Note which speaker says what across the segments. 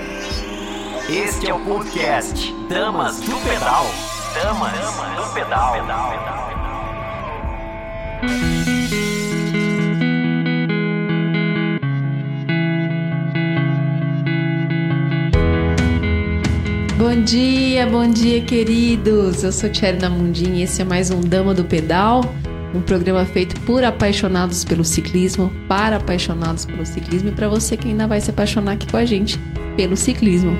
Speaker 1: Este é o podcast Damas do Pedal. Damas do Pedal.
Speaker 2: Bom dia, queridos! Eu sou Tcherna Mundim e esse é mais um Dama do Pedal, um programa feito por apaixonados pelo ciclismo, para apaixonados pelo ciclismo e para você que ainda vai se apaixonar aqui com a gente pelo ciclismo.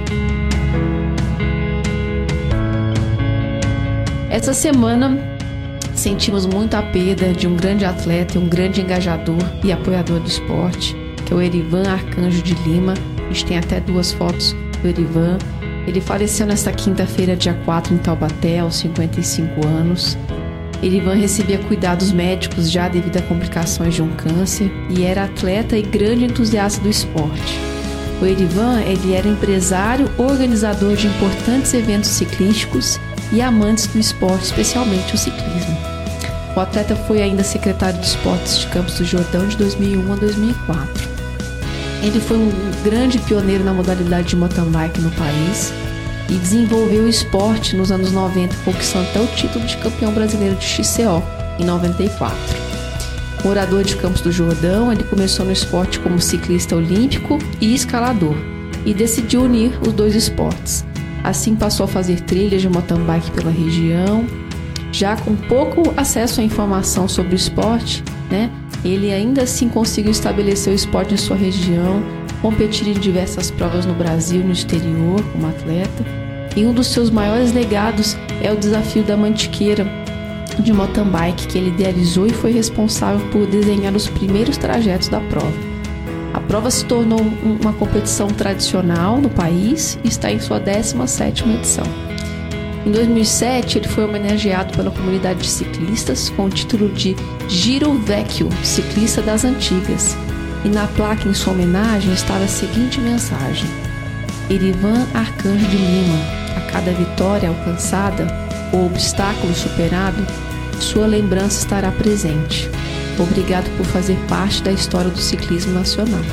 Speaker 2: Essa semana sentimos muito a perda de um grande atleta, um grande engajador e apoiador do esporte, que é o Erivan Arcanjo de Lima. A gente tem até 2 fotos do Erivan. Ele faleceu nesta quinta-feira, dia 4, em Taubaté, aos 55 anos. Erivan recebia cuidados médicos já devido a complicações de um câncer e era atleta e grande entusiasta do esporte. O Erivan, ele era empresário, organizador de importantes eventos ciclísticos e amantes do esporte, especialmente o ciclismo. O atleta foi ainda secretário de Esportes de Campos do Jordão de 2001 a 2004. Ele foi um grande pioneiro na modalidade de mountain bike no país e desenvolveu o esporte nos anos 90, conquistando até o título de campeão brasileiro de XCO em 94. Morador de Campos do Jordão, ele começou no esporte como ciclista olímpico e escalador e decidiu unir os 2 esportes. Assim passou a fazer trilhas de mountain bike pela região. Já com pouco acesso à informação sobre o esporte, ele ainda assim conseguiu estabelecer o esporte em sua região, competir em diversas provas no Brasil e no exterior como atleta. E um dos seus maiores legados é o desafio da Mantiqueira de mountain bike, que ele idealizou e foi responsável por desenhar os primeiros trajetos da prova. A prova se tornou uma competição tradicional no país e está em sua 17ª edição. Em 2007, ele foi homenageado pela comunidade de ciclistas com o título de Giro Vecchio, ciclista das antigas. E na placa em sua homenagem estava a seguinte mensagem: Erivan Arcanjo de Lima, a cada vitória alcançada ou obstáculo superado, sua lembrança estará presente. Obrigado por fazer parte da história do ciclismo nacional.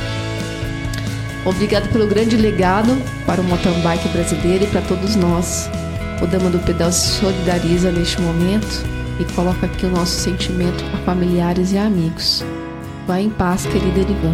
Speaker 2: Obrigado pelo grande legado para o mountain bike brasileiro e para todos nós. O Dama do Pedal se solidariza neste momento e coloca aqui o nosso sentimento a familiares e amigos. Vá em paz, querido Erivan.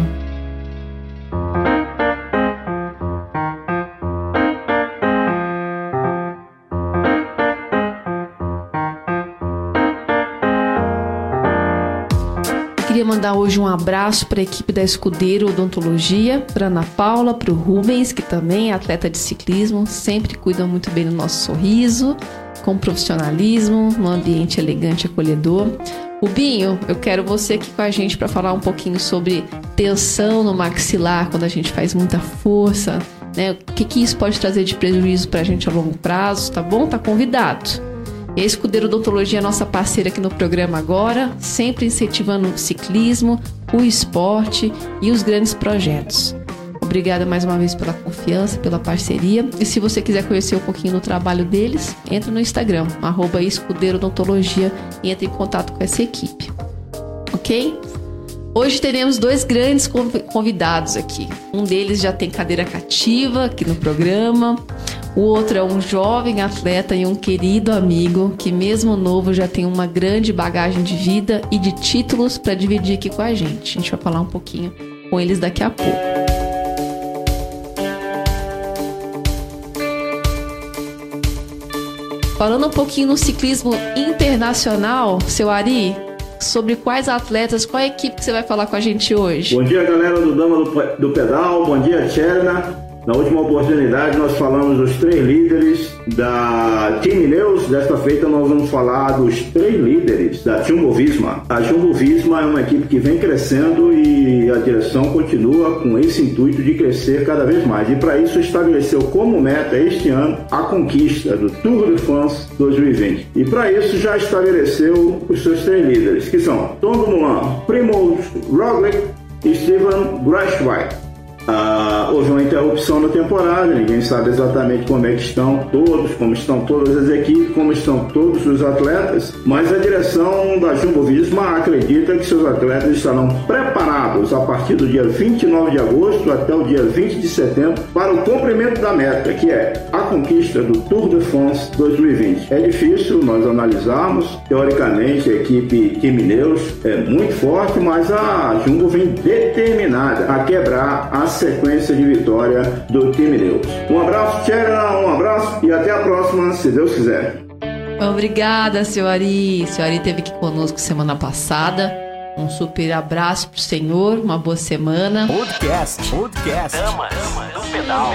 Speaker 2: Queria mandar hoje um abraço para a equipe da Escudeiro Odontologia, para Ana Paula, para o Rubens, que também é atleta de ciclismo, sempre cuidam muito bem do nosso sorriso, com profissionalismo, num ambiente elegante e acolhedor. Rubinho, eu quero você aqui com a gente para falar um pouquinho sobre tensão no maxilar quando a gente faz muita força, O que isso pode trazer de prejuízo para a gente a longo prazo, tá bom? Tá convidado. E a Escudeiro Odontologia é nossa parceira aqui no programa agora, sempre incentivando o ciclismo, o esporte e os grandes projetos. Obrigada mais uma vez pela confiança, pela parceria. E se você quiser conhecer um pouquinho do trabalho deles, entra no Instagram, @Escudeiro Odontologia, e entre em contato com essa equipe. Ok? Hoje teremos 2 grandes convidados aqui. Um deles já tem cadeira cativa aqui no programa. O outro é um jovem atleta e um querido amigo que, mesmo novo, já tem uma grande bagagem de vida e de títulos para dividir aqui com a gente. A gente vai falar um pouquinho com eles daqui a pouco. Falando um pouquinho no ciclismo internacional, seu Ari, sobre quais atletas, qual a equipe que você vai falar com a gente hoje?
Speaker 3: Bom dia, galera do Dama do Pedal. Bom dia, Tcherna. Na última oportunidade nós falamos dos 3 líderes da Team Ineos. Desta feita nós vamos falar dos 3 líderes da Jumbo-Visma. A Jumbo-Visma é uma equipe que vem crescendo e a direção continua com esse intuito de crescer cada vez mais. E para isso estabeleceu como meta este ano a conquista do Tour de France 2020. E para isso já estabeleceu os seus 3 líderes, que são Tom Dumoulin, Primož Roglič e Steven Kruijswijk. houve uma interrupção na temporada, ninguém sabe exatamente como é que estão todos, como estão todas as equipes, como estão todos os atletas, mas a direção da Jumbo Visma acredita que seus atletas estarão preparados a partir do dia 29 de agosto até o dia 20 de setembro para o cumprimento da meta, que é a conquista do Tour de France 2020. É difícil nós analisarmos, teoricamente a equipe Team Ineos é muito forte, mas a Jumbo vem determinada a quebrar a sequência de vitória do Team Ineos. Um abraço, Tcherna, um abraço e até a próxima, se Deus quiser.
Speaker 2: Obrigada, seu Ari. Seu Ari esteve aqui conosco semana passada. Um super abraço pro senhor, uma boa semana.
Speaker 1: Podcast. Damas do Pedal.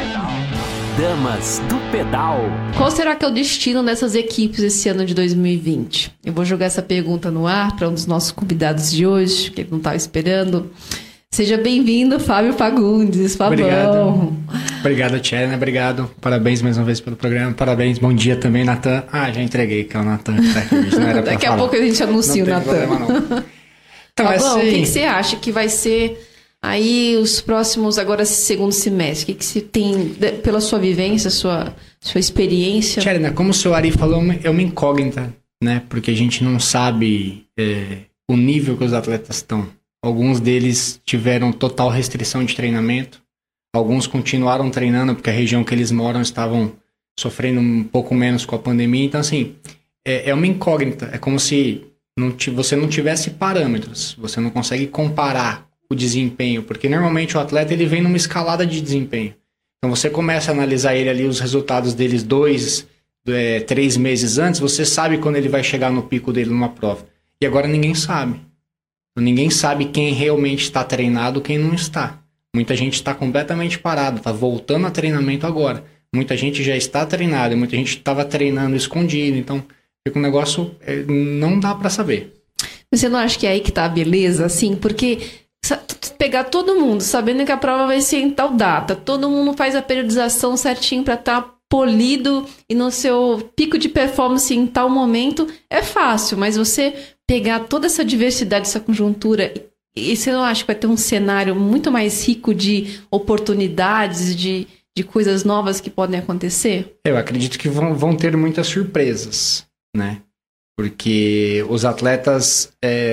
Speaker 1: Damas do Pedal.
Speaker 2: Qual será que é o destino dessas equipes esse ano de 2020? Eu vou jogar essa pergunta no ar para um dos nossos convidados de hoje, que ele não estava esperando. Seja bem-vindo, Fábio Fagundes. Fabão.
Speaker 4: Obrigado, Tcherna. Obrigado. Parabéns mais uma vez pelo programa. Parabéns. Bom dia também, Natan. Já entreguei que é o Natan que tá aqui hoje. Não era pra
Speaker 2: Daqui
Speaker 4: falar.
Speaker 2: A pouco a gente anuncia o Natan.
Speaker 4: Então,
Speaker 2: Fabão, o que você acha que vai ser aí os próximos, agora segundo semestre? O que você tem, pela sua vivência, sua experiência?
Speaker 4: Tcherna, como o seu Ari falou, é uma incógnita, né? Porque a gente não sabe o nível que os atletas estão. Alguns deles tiveram total restrição de treinamento. Alguns continuaram treinando porque a região que eles moram estavam sofrendo um pouco menos com a pandemia. Então, assim, é uma incógnita. É como se você não tivesse parâmetros. Você não consegue comparar o desempenho. Porque, normalmente, o atleta ele vem numa escalada de desempenho. Então, você começa a analisar ele ali, os resultados deles 2, 3 meses antes. Você sabe quando ele vai chegar no pico dele numa prova. E agora ninguém sabe. Ninguém sabe quem realmente está treinado e quem não está. Muita gente está completamente parado, está voltando a treinamento agora. Muita gente já está treinada, muita gente estava treinando escondido. Então, fica um negócio, não dá para saber.
Speaker 2: Você não acha que é aí que está a beleza, assim? Porque pegar todo mundo, sabendo que a prova vai ser em tal data, todo mundo faz a periodização certinho para estar polido e no seu pico de performance em tal momento, é fácil, mas você pegar toda essa diversidade, essa conjuntura, e você não acha que vai ter um cenário muito mais rico de oportunidades, de coisas novas que podem acontecer?
Speaker 4: Eu acredito que vão ter muitas surpresas, né? Porque os atletas...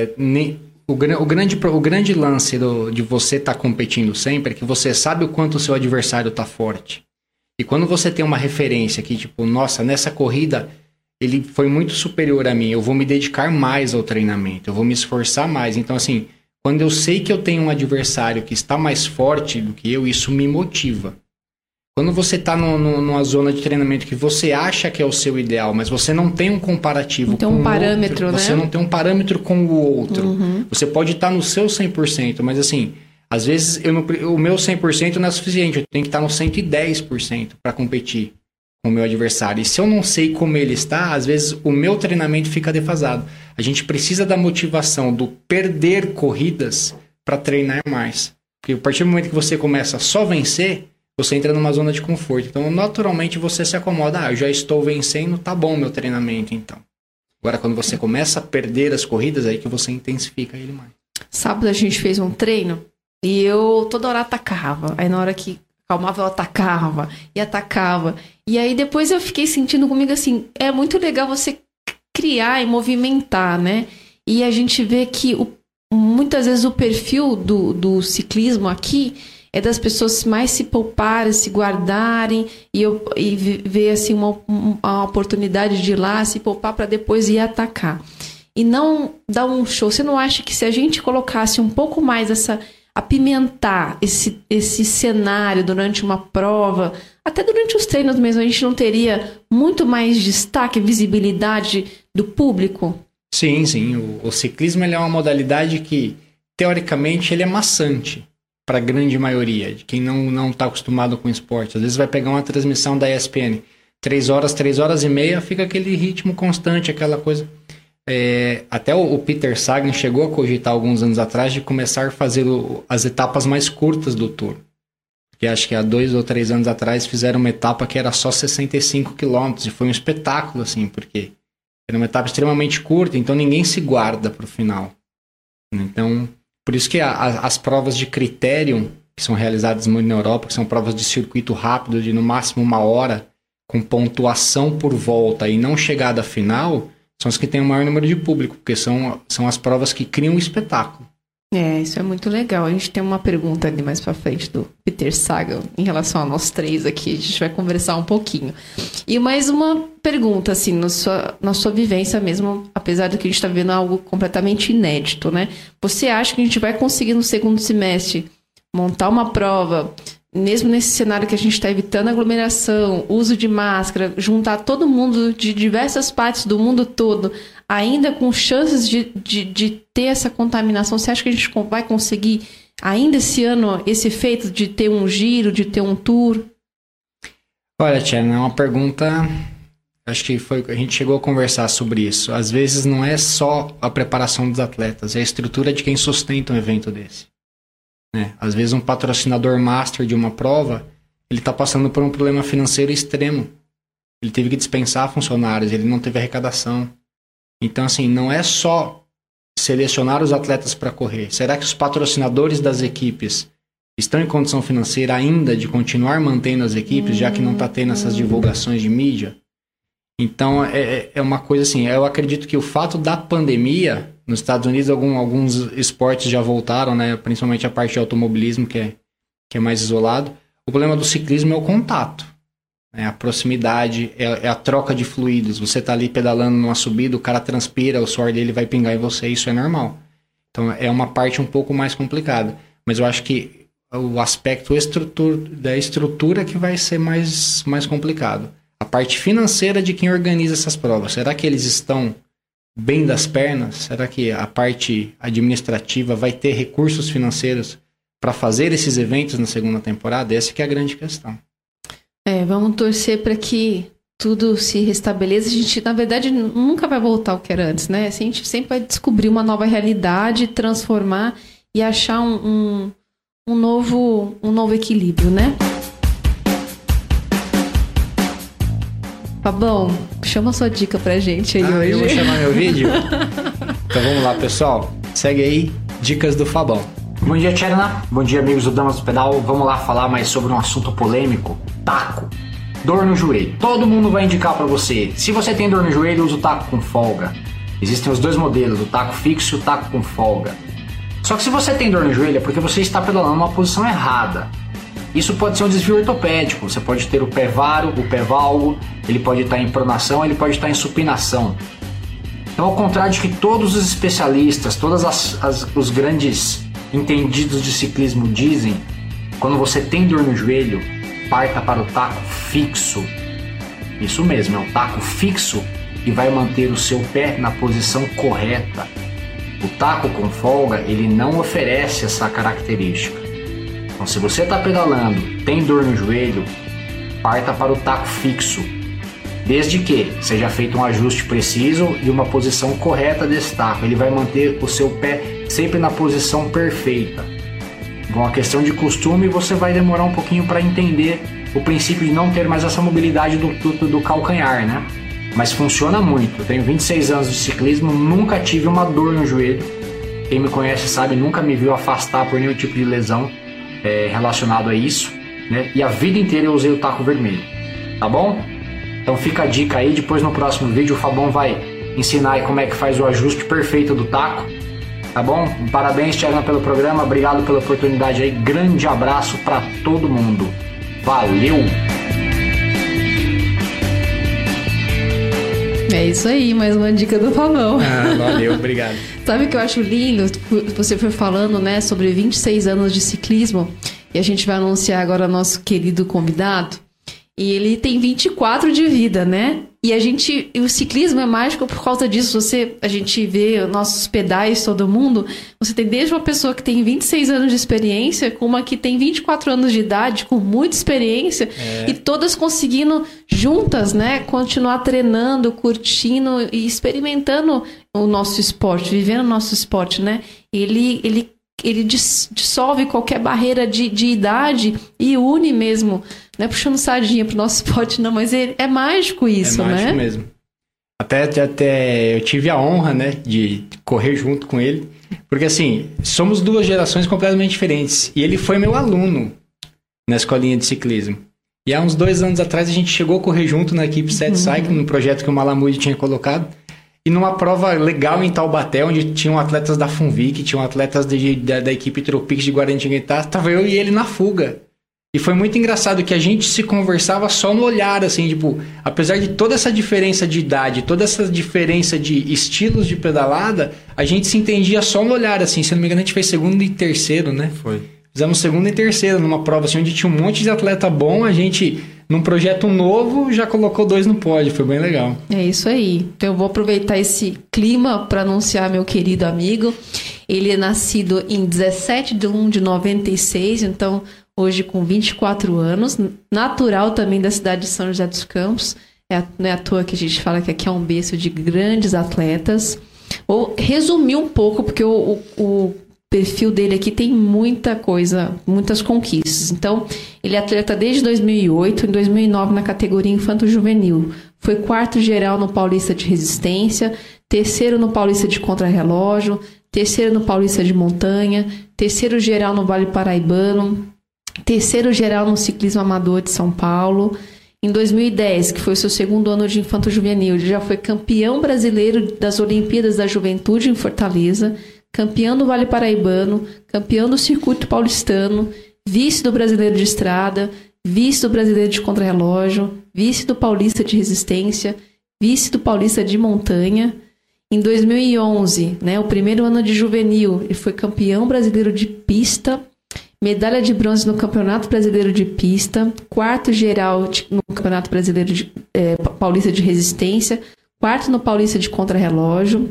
Speaker 4: O grande lance de você estar competindo sempre é que você sabe o quanto o seu adversário está forte. E quando você tem uma referência que, tipo, nossa, nessa corrida ele foi muito superior a mim, eu vou me dedicar mais ao treinamento, eu vou me esforçar mais. Então, assim, quando eu sei que eu tenho um adversário que está mais forte do que eu, isso me motiva. Quando você está numa zona de treinamento que você acha que é o seu ideal, mas você não tem um comparativo com
Speaker 2: um parâmetro,
Speaker 4: outro,
Speaker 2: né?
Speaker 4: Você não tem um parâmetro com o outro.
Speaker 2: Uhum.
Speaker 4: Você pode estar no seu 100%, mas assim, às vezes o meu 100% não é suficiente, eu tenho que estar no 110% para competir com o meu adversário. E se eu não sei como ele está, às vezes o meu treinamento fica defasado. A gente precisa da motivação do perder corridas para treinar mais. Porque a partir do momento que você começa a só vencer, você entra numa zona de conforto. Então, naturalmente, você se acomoda. Eu já estou vencendo, tá bom meu treinamento, então. Agora, quando você começa a perder as corridas, é aí que você intensifica ele mais.
Speaker 2: Sábado a gente fez um treino e eu toda hora atacava. Aí na hora que acalmava, eu atacava e atacava. E aí depois eu fiquei sentindo comigo assim, é muito legal você criar e movimentar, né? E a gente vê que muitas vezes o perfil do ciclismo aqui é das pessoas mais se pouparem, se guardarem e ver assim, uma oportunidade de ir lá, se poupar para depois ir atacar. E não dar um show. Você não acha que se a gente colocasse um pouco mais apimentar esse cenário durante uma prova, até durante os treinos mesmo, a gente não teria muito mais destaque, visibilidade do público?
Speaker 4: Sim, sim. O ciclismo ele é uma modalidade que, teoricamente, ele é maçante para a grande maioria, de quem não está acostumado com o esporte. Às vezes vai pegar uma transmissão da ESPN, 3 horas e meia, fica aquele ritmo constante, aquela coisa... até o Peter Sagan chegou a cogitar alguns anos atrás de começar a fazer as etapas mais curtas do Tour. Porque acho que há 2 ou 3 anos atrás fizeram uma etapa que era só 65 km e foi um espetáculo, assim, porque era uma etapa extremamente curta, então ninguém se guarda para o final. Então, por isso que as provas de critério que são realizadas muito na Europa, que são provas de circuito rápido de no máximo 1 hora, com pontuação por volta e não chegada final, são as que têm o maior número de público, porque são as provas que criam um espetáculo.
Speaker 2: Isso é muito legal. A gente tem uma pergunta ali mais pra frente do Peter Sagan em relação a nós três aqui. A gente vai conversar um pouquinho. E mais uma pergunta, assim, na sua vivência mesmo, apesar do que a gente tá vendo algo completamente inédito, né? Você acha que a gente vai conseguir no segundo semestre montar uma prova, mesmo nesse cenário que a gente está evitando aglomeração, uso de máscara, juntar todo mundo de diversas partes do mundo todo, ainda com chances de ter essa contaminação? Você acha que a gente vai conseguir ainda esse ano esse efeito de ter um giro, de ter um tour?
Speaker 4: Olha, Tchena, é uma pergunta... Acho que a gente chegou a conversar sobre isso. Às vezes não é só a preparação dos atletas, é a estrutura de quem sustenta um evento desse. Né? Às vezes um patrocinador master de uma prova, ele está passando por um problema financeiro extremo. Ele teve que dispensar funcionários, ele não teve arrecadação. Então, assim, não é só selecionar os atletas para correr. Será que os patrocinadores das equipes estão em condição financeira ainda de continuar mantendo as equipes, já que não está tendo essas divulgações de mídia? Então, é uma coisa assim, eu acredito que o fato da pandemia, nos Estados Unidos alguns esportes já voltaram, né? Principalmente a parte de automobilismo, que é mais isolado. O problema do ciclismo é o contato. A proximidade, é a troca de fluidos. Você tá ali pedalando numa subida, o cara transpira, o suor dele vai pingar em você, isso é normal. Então é uma parte um pouco mais complicada. Mas eu acho que o aspecto da estrutura que vai ser mais complicado. A parte financeira de quem organiza essas provas. Será que eles estão bem das pernas? Será que a parte administrativa vai ter recursos financeiros para fazer esses eventos na segunda temporada? Essa que é a grande questão.
Speaker 2: Vamos torcer para que tudo se restabeleça. A gente, na verdade, nunca vai voltar ao que era antes, né? A gente sempre vai descobrir uma nova realidade, transformar e achar um novo equilíbrio, né? Fabão, chama a sua dica pra gente aí hoje.
Speaker 4: Eu vou chamar meu vídeo? Então vamos lá, pessoal. Segue aí, dicas do Fabão.
Speaker 1: Bom dia, Tcherna. Bom dia, amigos do Damas do Pedal. Vamos lá falar mais sobre um assunto polêmico. Taco. Dor no joelho. Todo mundo vai indicar pra você. Se você tem dor no joelho, usa o taco com folga. Existem os dois modelos, o taco fixo e o taco com folga. Só que se você tem dor no joelho é porque você está pedalando numa posição errada. Isso pode ser um desvio ortopédico. Você pode ter o pé varo, o pé valgo, ele pode estar em pronação, ele pode estar em supinação. Então, ao contrário de que todos os especialistas, todos os grandes entendidos de ciclismo dizem, quando você tem dor no joelho, parta para o taco fixo. Isso mesmo, é o taco fixo que vai manter o seu pé na posição correta. O taco com folga, ele não oferece essa característica. Então, se você está pedalando, tem dor no joelho, parta para o taco fixo. Desde que seja feito um ajuste preciso e uma posição correta desse taco. Ele vai manter o seu pé sempre na posição perfeita. Com a questão de costume, você vai demorar um pouquinho para entender o princípio de não ter mais essa mobilidade do calcanhar, né? Mas funciona muito. Eu tenho 26 anos de ciclismo, nunca tive uma dor no joelho. Quem me conhece sabe, nunca me viu afastar por nenhum tipo de lesão relacionado a isso, né? E a vida inteira eu usei o taco vermelho, tá bom? Então fica a dica aí, depois no próximo vídeo o Fabão vai ensinar aí como é que faz o ajuste perfeito do taco, tá bom? Parabéns, Tcherna, pelo programa, obrigado pela oportunidade aí, grande abraço para todo mundo, valeu!
Speaker 2: É isso aí, mais uma dica do Fabão.
Speaker 4: Valeu, obrigado.
Speaker 2: Sabe o que eu acho lindo? Você foi falando, né, sobre 26 anos de ciclismo, e a gente vai anunciar agora nosso querido convidado. E ele tem 24 de vida, né? E o ciclismo é mágico por causa disso. A gente vê nossos pedais, todo mundo. Você tem desde uma pessoa que tem 26 anos de experiência, com uma que tem 24 anos de idade, com muita experiência, e todas conseguindo juntas, né? Continuar treinando, curtindo e experimentando o nosso esporte, vivendo o nosso esporte, né? Ele dissolve qualquer barreira de idade e une mesmo, não é puxando sardinha pro nosso esporte não, mas é mágico isso, né? É mágico
Speaker 4: mesmo. Até eu tive a honra, né, de correr junto com ele. Porque assim, somos duas gerações completamente diferentes. E ele foi meu aluno na escolinha de ciclismo. E há uns 2 anos atrás a gente chegou a correr junto na equipe Set Cycling, no projeto que o Malamud tinha colocado. E numa prova legal em Taubaté, onde tinham atletas da Funvic, tinham atletas da equipe Tropics de Guaratinguetá, estava eu e ele na fuga. E foi muito engraçado que a gente se conversava só no olhar, assim, tipo, apesar de toda essa diferença de idade, toda essa diferença de estilos de pedalada, a gente se entendia só no olhar, assim. Se não me engano, a gente fez segundo e terceiro, né?
Speaker 5: Foi.
Speaker 4: Fizemos segundo e terceiro numa prova assim, onde tinha um monte de atleta bom, a gente, num projeto novo, já colocou 2 no pódio, foi bem legal.
Speaker 2: É isso aí. Então eu vou aproveitar esse clima para anunciar meu querido amigo. Ele é nascido em 17 de 1 de 96, então hoje com 24 anos, natural também da cidade de São José dos Campos. Não é à toa que a gente fala que aqui é um berço de grandes atletas. Vou resumir um pouco, porque o perfil dele aqui tem muita coisa, muitas conquistas. Então, ele é atleta desde 2008, em 2009 na categoria infanto-juvenil. Foi 4º geral no Paulista de Resistência, 3º no Paulista de Contrarrelógio, 3º no Paulista de Montanha, 3º geral no Vale Paraibano, 3º geral no Ciclismo Amador de São Paulo. Em 2010, que foi o seu 2º ano de infanto-juvenil, ele já foi campeão brasileiro das Olimpíadas da Juventude em Fortaleza, campeão do Vale Paraibano, campeão do Circuito Paulistano, vice do Brasileiro de Estrada, vice do Brasileiro de Contrarrelógio, vice do Paulista de Resistência, vice do Paulista de Montanha. Em 2011, né, o 1º ano de juvenil, ele foi campeão brasileiro de pista, medalha de bronze no Campeonato Brasileiro de Pista, 4º geral no Campeonato Brasileiro de Paulista de Resistência, 4º no Paulista de Contrarrelógio.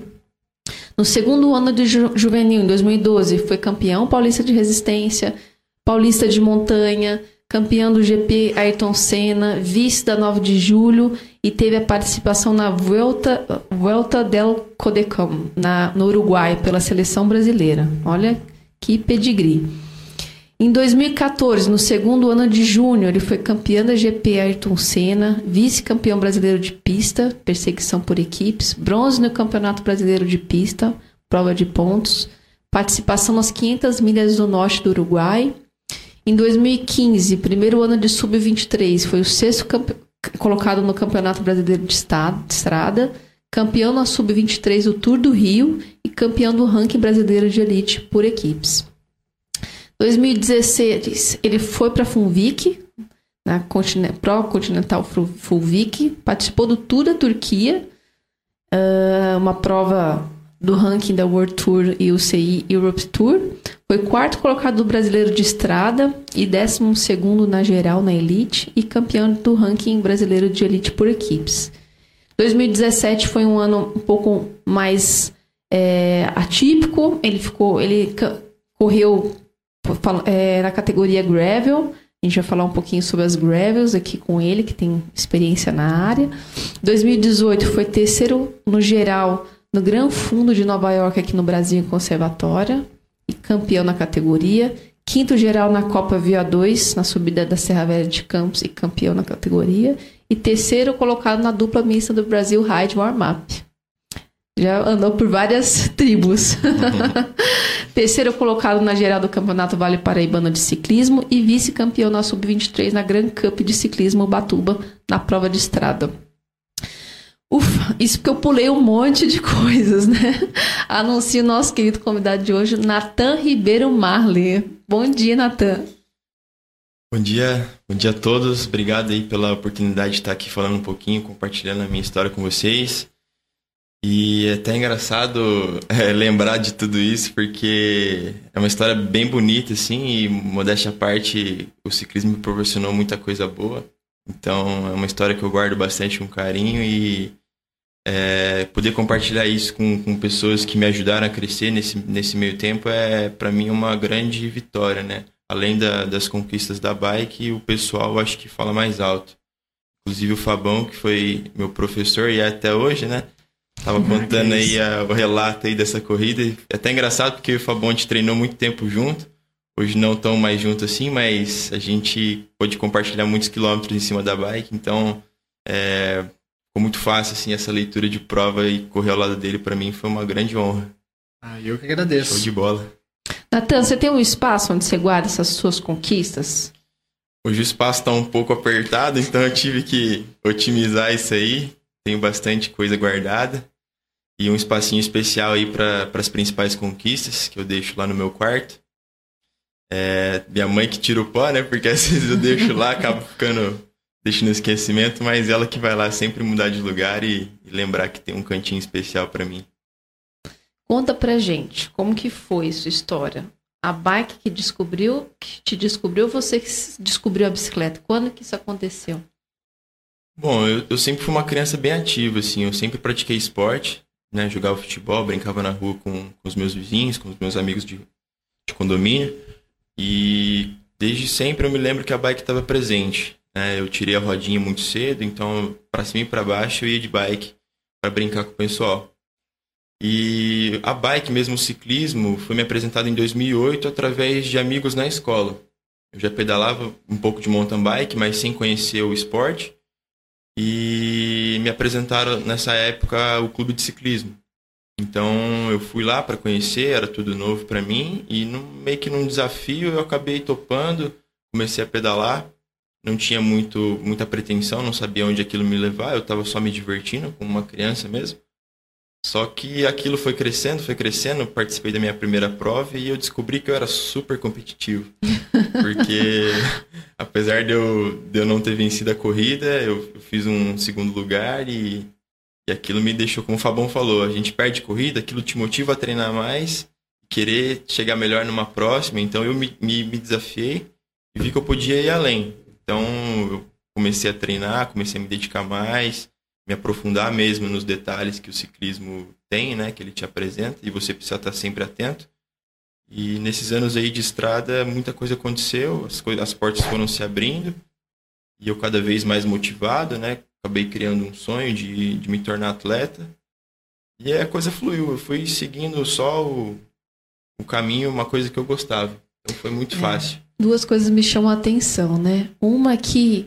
Speaker 2: No 2º ano de juvenil, em 2012, foi campeão paulista de resistência, paulista de montanha, campeão do GP Ayrton Senna, vice da 9 de julho e teve a participação na Vuelta del Codecam, no Uruguai, pela seleção brasileira. Olha que pedigree. Em 2014, no 2º ano de junho, ele foi campeão da GP Ayrton Senna, vice-campeão brasileiro de pista, perseguição por equipes, bronze no Campeonato Brasileiro de Pista, prova de pontos, participação nas 500 milhas do norte do Uruguai. Em 2015, 1º ano de sub-23, foi o 6º colocado no Campeonato Brasileiro de Estrada, campeão na sub-23 do Tour do Rio e campeão do ranking brasileiro de elite por equipes. 2016, ele foi para a Funvic, na Pro Continental Funvic, participou do Tour da Turquia, uma prova do ranking da World Tour e UCI Europe Tour. Foi 4º colocado do brasileiro de estrada e 12º na geral na elite e campeão do ranking brasileiro de elite por equipes. 2017 foi um ano um pouco mais atípico. Ele correu na categoria Gravel. A gente vai falar um pouquinho sobre as Gravels aqui com ele, que tem experiência na área. 2018 foi 3º no geral no Gran Fundo de Nova York, aqui no Brasil, em Conservatória, e campeão na categoria. 5º geral na Copa VO2, na subida da Serra Velha de Campos, e campeão na categoria. E 3º colocado na dupla mista do Brasil Ride Warm-Up. Já andou por várias tribos. 3º colocado na geral do Campeonato Vale Paraibano de Ciclismo e vice-campeão na Sub-23 na Grand Cup de Ciclismo Ubatuba, na prova de estrada. Ufa, isso porque eu pulei um monte de coisas, né? Anuncio o nosso querido convidado de hoje, Nathan Ribeiro Marley. Bom dia, Nathan.
Speaker 5: Bom dia a todos. Obrigado aí pela oportunidade de estar aqui falando um pouquinho, compartilhando a minha história com vocês. E é até engraçado lembrar de tudo isso, porque é uma história bem bonita, assim, e modéstia à parte, o ciclismo me proporcionou muita coisa boa. Então, é uma história que eu guardo bastante com carinho e poder compartilhar isso com pessoas que me ajudaram a crescer nesse meio tempo é, para mim, uma grande vitória, né? Além das conquistas da bike, o pessoal acho que fala mais alto. Inclusive o Fabão, que foi meu professor e é até hoje, né? Tava contando aí o relato aí dessa corrida. É até engraçado porque o Fabão a gente treinou muito tempo junto. Hoje não tão mais junto assim, mas a gente pôde compartilhar muitos quilômetros em cima da bike. Então, ficou muito fácil assim, essa leitura de prova e correr ao lado dele para mim foi uma grande honra.
Speaker 4: Eu que agradeço.
Speaker 5: Show de bola.
Speaker 2: Natan, você tem um espaço onde você guarda essas suas conquistas?
Speaker 5: Hoje o espaço está um pouco apertado, então eu tive que otimizar isso aí. Tenho bastante coisa guardada. E um espacinho especial aí para as principais conquistas, que eu deixo lá no meu quarto. Minha mãe que tira o pó, né? Porque às vezes eu deixo lá, acabo deixo no esquecimento, mas ela que vai lá sempre mudar de lugar e lembrar que tem um cantinho especial para mim.
Speaker 2: Conta pra gente, como que foi sua história? A bike que te descobriu, você que descobriu a bicicleta. Quando que isso aconteceu?
Speaker 5: Bom, eu sempre fui uma criança bem ativa, assim. Eu sempre pratiquei esporte, né? Jogava futebol, brincava na rua com os meus vizinhos, com os meus amigos de condomínio. E desde sempre eu me lembro que a bike estava presente. Eu tirei a rodinha muito cedo, então para cima e para baixo eu ia de bike para brincar com o pessoal. E a bike, mesmo o ciclismo, foi me apresentado em 2008 através de amigos na escola. Eu já pedalava um pouco de mountain bike, mas sem conhecer o esporte. E me apresentaram nessa época o clube de ciclismo. Então eu fui lá para conhecer, era tudo novo para mim. E meio que num desafio eu acabei topando, comecei a pedalar. Não tinha muita pretensão, não sabia onde aquilo me levar. Eu estava só me divertindo, como uma criança mesmo. Só que aquilo foi crescendo, participei da minha primeira prova e eu descobri que eu era super competitivo. Porque apesar de eu não ter vencido a corrida, eu fiz um segundo lugar e aquilo me deixou, como o Fabão falou, a gente perde corrida, aquilo te motiva a treinar mais, querer chegar melhor numa próxima, então eu me desafiei e vi que eu podia ir além. Então eu comecei a treinar, comecei a me dedicar mais, me aprofundar mesmo nos detalhes que o ciclismo tem, né, que ele te apresenta, e você precisa estar sempre atento. E nesses anos aí de estrada, muita coisa aconteceu, as portas foram se abrindo, e eu cada vez mais motivado, né, acabei criando um sonho de me tornar atleta, e a coisa fluiu, eu fui seguindo só o caminho, uma coisa que eu gostava, então foi muito fácil.
Speaker 2: Duas coisas me chamam a atenção, né? Uma que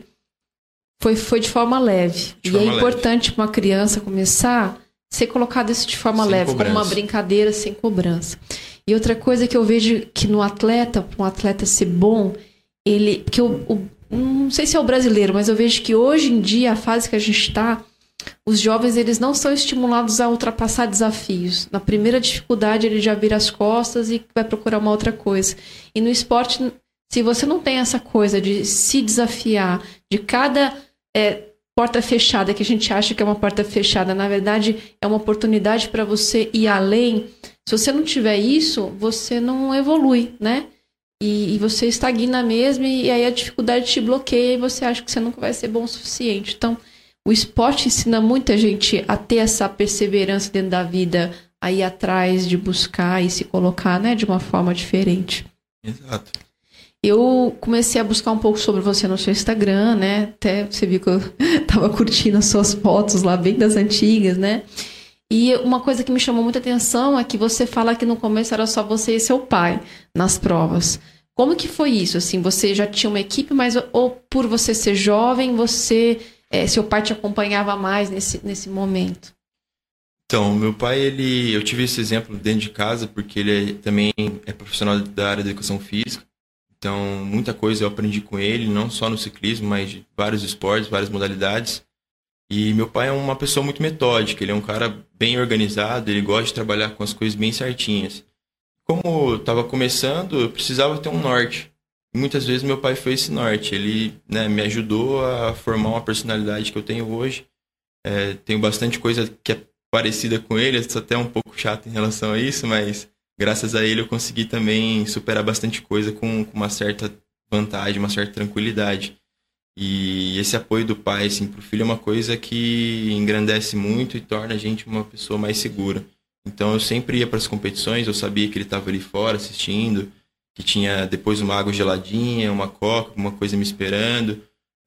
Speaker 2: foi de forma leve. E é importante para uma criança começar a ser colocado isso de forma leve, como uma brincadeira, sem cobrança. E outra coisa que eu vejo que no atleta, para um atleta ser bom, porque não sei se é o brasileiro, mas eu vejo que hoje em dia, a fase que a gente está, os jovens eles não são estimulados a ultrapassar desafios. Na primeira dificuldade, ele já vira as costas e vai procurar uma outra coisa. E no esporte, se você não tem essa coisa de se desafiar, de cada porta fechada, que a gente acha que é uma porta fechada, na verdade é uma oportunidade para você ir além. Se você não tiver isso, você não evolui, né? E você estagna mesmo, e aí a dificuldade te bloqueia e você acha que você nunca vai ser bom o suficiente. Então, o esporte ensina muita gente a ter essa perseverança dentro da vida, a ir atrás de buscar e se colocar, né, de uma forma diferente.
Speaker 5: Exato.
Speaker 2: Eu comecei a buscar um pouco sobre você no seu Instagram, né? Até você viu que eu tava curtindo as suas fotos lá, bem das antigas, né? E uma coisa que me chamou muita atenção é que você fala que no começo era só você e seu pai nas provas. Como que foi isso? Assim, você já tinha uma equipe, mas ou por você ser jovem, seu pai te acompanhava mais nesse momento?
Speaker 5: Então, meu pai, eu tive esse exemplo dentro de casa, porque ele também é profissional da área da educação física. Então, muita coisa eu aprendi com ele, não só no ciclismo, mas de vários esportes, várias modalidades. E meu pai é uma pessoa muito metódica, ele é um cara bem organizado, ele gosta de trabalhar com as coisas bem certinhas. Como eu estava começando, eu precisava ter um norte. E muitas vezes meu pai foi esse norte, ele, né, me ajudou a formar uma personalidade que eu tenho hoje. Tenho bastante coisa que é parecida com ele, eu sou até um pouco chato em relação a isso, mas graças a ele eu consegui também superar bastante coisa com uma certa vantagem, uma certa tranquilidade. E esse apoio do pai, assim, pro filho é uma coisa que engrandece muito e torna a gente uma pessoa mais segura. Então eu sempre ia para as competições, eu sabia que ele estava ali fora assistindo, que tinha depois uma água geladinha, uma coca, uma coisa me esperando.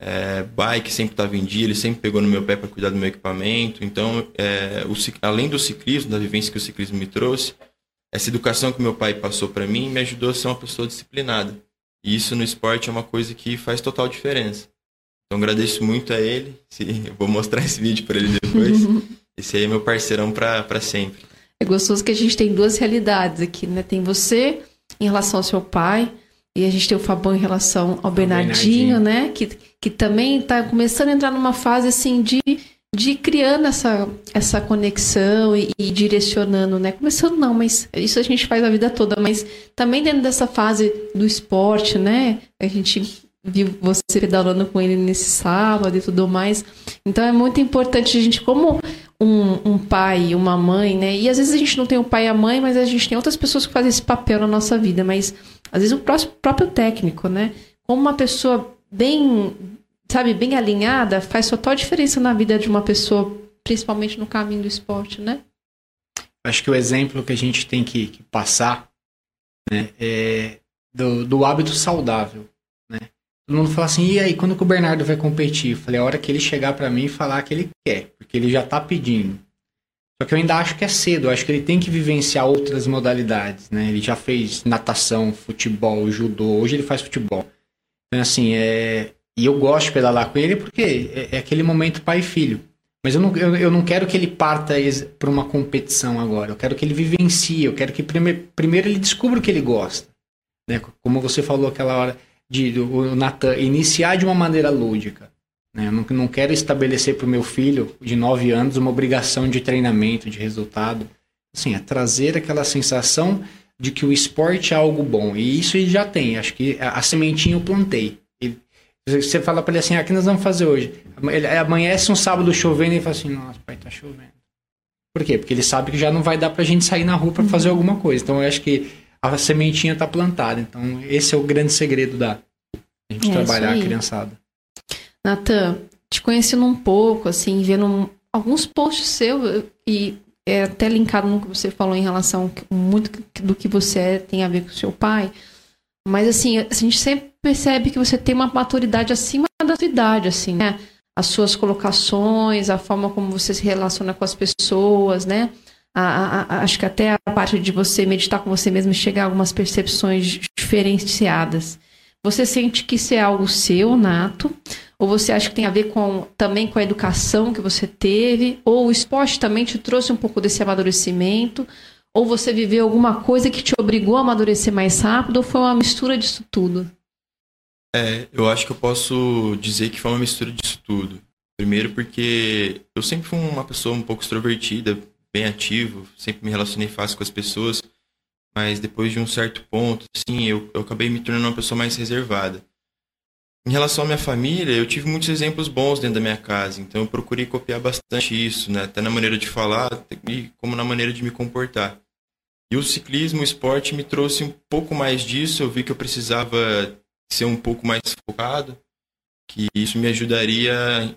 Speaker 5: Bike sempre estava em dia, ele sempre pegou no meu pé para cuidar do meu equipamento. Então, além do ciclismo, da vivência que o ciclismo me trouxe, essa educação que meu pai passou para mim me ajudou a ser uma pessoa disciplinada. E isso no esporte é uma coisa que faz total diferença. Então agradeço muito a ele. Eu vou mostrar esse vídeo para ele depois. Esse aí é meu parceirão para sempre.
Speaker 2: É gostoso que a gente tem duas realidades aqui, né? Tem você em relação ao seu pai, e a gente tem o Fabão em relação ao Bernardinho, né? Que também está começando a entrar numa fase assim de criando essa conexão e direcionando, né? Começando não, mas isso a gente faz a vida toda, mas também dentro dessa fase do esporte, né? A gente viu você pedalando com ele nesse sábado e tudo mais. Então é muito importante a gente, como um pai, uma mãe, né? E às vezes a gente não tem o pai e a mãe, mas a gente tem outras pessoas que fazem esse papel na nossa vida, mas às vezes o próprio técnico, né? Como uma pessoa bem alinhada, faz total diferença na vida de uma pessoa, principalmente no caminho do esporte, né?
Speaker 4: Acho que o exemplo que a gente tem que passar, né, é do hábito saudável, né? Todo mundo fala assim, e aí, quando que o Bernardo vai competir? Eu falei, a hora que ele chegar pra mim e falar que ele quer, porque ele já tá pedindo. Só que eu ainda acho que é cedo, eu acho que ele tem que vivenciar outras modalidades, né? Ele já fez natação, futebol, judô, hoje ele faz futebol. Então, assim, e eu gosto de pedalar com ele porque é aquele momento pai e filho. Mas eu não quero que ele parta para uma competição agora. Eu quero que ele vivencie, eu quero que primeiro ele descubra o que ele gosta. Né? Como você falou aquela hora, o Nathan, iniciar de uma maneira lúdica. Né? Eu não quero estabelecer para o meu filho de 9 anos uma obrigação de treinamento, de resultado. Assim, é trazer aquela sensação de que o esporte é algo bom. E isso ele já tem. Acho que a sementinha eu plantei. Você fala pra ele assim, o que nós vamos fazer hoje? Ele amanhece um sábado chovendo e ele fala assim, nossa, pai, tá chovendo. Por quê? Porque ele sabe que já não vai dar pra gente sair na rua pra fazer alguma coisa. Então eu acho que a sementinha tá plantada. Então esse é o grande segredo da gente trabalhar a criançada.
Speaker 2: Nathan, te conhecendo um pouco, assim, vendo alguns posts seus e até linkado no que você falou em relação muito do que você tem a ver com o seu pai. Mas, assim, a gente sempre percebe que você tem uma maturidade acima da sua idade, assim, né? As suas colocações, a forma como você se relaciona com as pessoas, né? Acho que até a parte de você meditar com você mesmo e chegar a algumas percepções diferenciadas. Você sente que isso é algo seu, nato? Ou você acha que tem a ver também com a educação que você teve? Ou o esporte também te trouxe um pouco desse amadurecimento? Ou você viveu alguma coisa que te obrigou a amadurecer mais rápido, ou foi uma mistura disso tudo?
Speaker 5: Eu acho que eu posso dizer que foi uma mistura disso tudo. Primeiro porque eu sempre fui uma pessoa um pouco extrovertida, bem ativo, sempre me relacionei fácil com as pessoas, mas depois de um certo ponto, assim, eu acabei me tornando uma pessoa mais reservada. Em relação à minha família, eu tive muitos exemplos bons dentro da minha casa, então eu procurei copiar bastante isso, né? Até na maneira de falar, como na maneira de me comportar. E o ciclismo, o esporte, me trouxe um pouco mais disso. Eu vi que eu precisava ser um pouco mais focado, que isso me ajudaria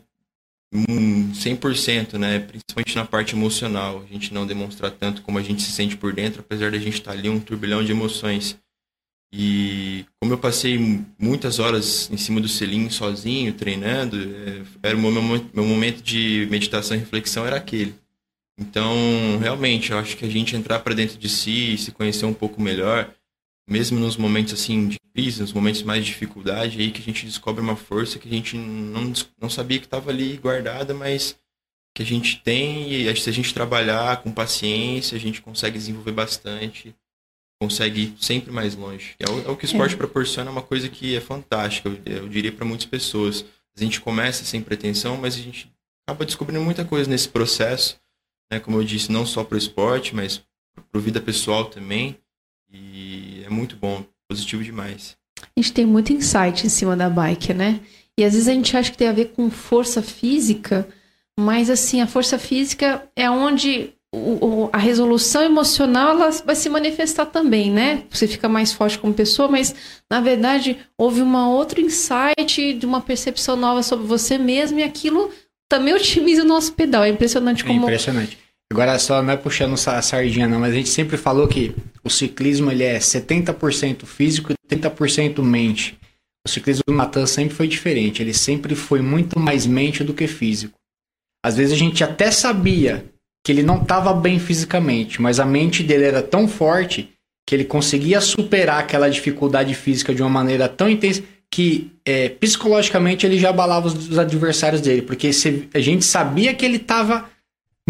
Speaker 5: 100%, né? Principalmente na parte emocional. A gente não demonstrar tanto como a gente se sente por dentro, apesar de a gente estar ali um turbilhão de emoções. E como eu passei muitas horas em cima do selim sozinho, treinando, era o meu momento de meditação e reflexão era aquele. Então, realmente, eu acho que a gente entrar para dentro de si e se conhecer um pouco melhor, mesmo nos momentos assim de crise, nos momentos mais de dificuldade, aí que a gente descobre uma força que a gente não sabia que estava ali guardada, mas que a gente tem, e se a gente trabalhar com paciência, a gente consegue desenvolver bastante, consegue ir sempre mais longe. É o que o esporte proporciona, uma coisa que é fantástica, eu diria para muitas pessoas. A gente começa sem pretensão, mas a gente acaba descobrindo muita coisa nesse processo, né? Como eu disse, não só para o esporte, mas para a vida pessoal também. E é muito bom, positivo demais.
Speaker 2: A gente tem muito insight em cima da bike, né? E às vezes a gente acha que tem a ver com força física, mas assim, a força física é onde a resolução emocional ela vai se manifestar também, né? Você fica mais forte como pessoa, mas na verdade houve uma outra insight de uma percepção nova sobre você mesmo e aquilo também otimiza o nosso pedal. É impressionante como...
Speaker 4: É impressionante. Agora só não é puxando a sardinha não, mas a gente sempre falou que o ciclismo ele é 70% físico e 30% mente. O ciclismo do Nathan sempre foi diferente, ele sempre foi muito mais mente do que físico. Às vezes a gente até sabia que ele não estava bem fisicamente, mas a mente dele era tão forte que ele conseguia superar aquela dificuldade física de uma maneira tão intensa que psicologicamente ele já abalava os adversários dele, porque a gente sabia que ele estava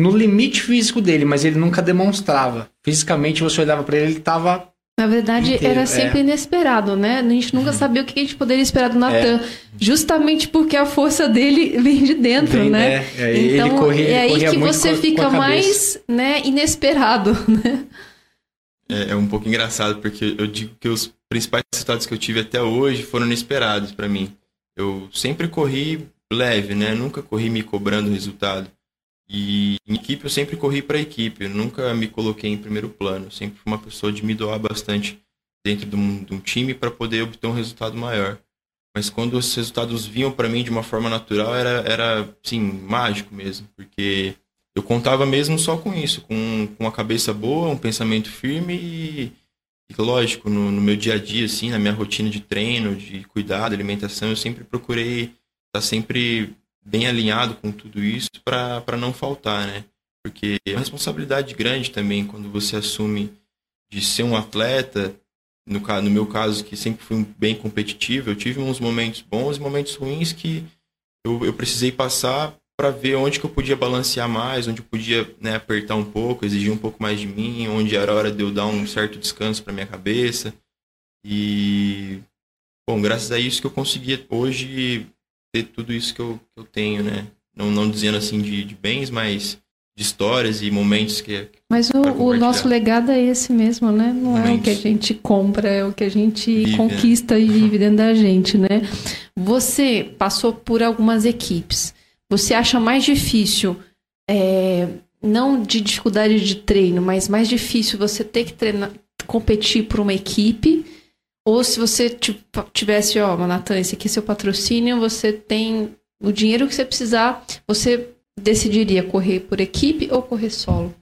Speaker 4: no limite físico dele, mas ele nunca demonstrava. Fisicamente, você olhava pra ele tava...
Speaker 2: Na verdade,
Speaker 4: inteiro,
Speaker 2: era sempre inesperado, né? A gente nunca sabia o que a gente poderia esperar do Natan. Justamente porque a força dele vem de dentro, né? Então,
Speaker 4: ele corria
Speaker 2: aí que
Speaker 4: muito
Speaker 2: você fica mais, né, inesperado, né?
Speaker 5: É um pouco engraçado, porque eu digo que os principais resultados que eu tive até hoje foram inesperados para mim. Eu sempre corri leve, né? Nunca corri me cobrando resultado. E em equipe eu sempre corri para a equipe, eu nunca me coloquei em primeiro plano. Eu sempre fui uma pessoa de me doar bastante dentro de um time para poder obter um resultado maior. Mas quando os resultados vinham para mim de uma forma natural, era assim, mágico mesmo, porque eu contava mesmo só com isso, com a cabeça boa, um pensamento firme e lógico, no meu dia a dia, assim, na minha rotina de treino, de cuidado, alimentação, eu sempre procurei estar sempre bem alinhado com tudo isso para não faltar, né? Porque é uma responsabilidade grande também quando você assume de ser um atleta, no meu caso, que sempre fui bem competitivo, eu tive uns momentos bons e momentos ruins que eu precisei passar para ver onde que eu podia balancear mais, onde eu podia, né, apertar um pouco, exigir um pouco mais de mim, onde era hora de eu dar um certo descanso para minha cabeça. E, bom, graças a isso que eu consegui hoje ter tudo isso que eu tenho, né? Não dizendo assim de bens, mas de histórias e momentos que...
Speaker 2: Mas o nosso legado é esse mesmo, né? Não momentos. É o que a gente compra, é o que a gente conquista, né? E vive dentro da gente, né? Você passou por algumas equipes. Você acha mais difícil, não de dificuldade de treino, mas mais difícil você ter que treinar, competir por uma equipe? Ou se você tivesse, Natan, esse aqui é seu patrocínio, você tem o dinheiro que você precisar, você decidiria correr por equipe ou correr solo?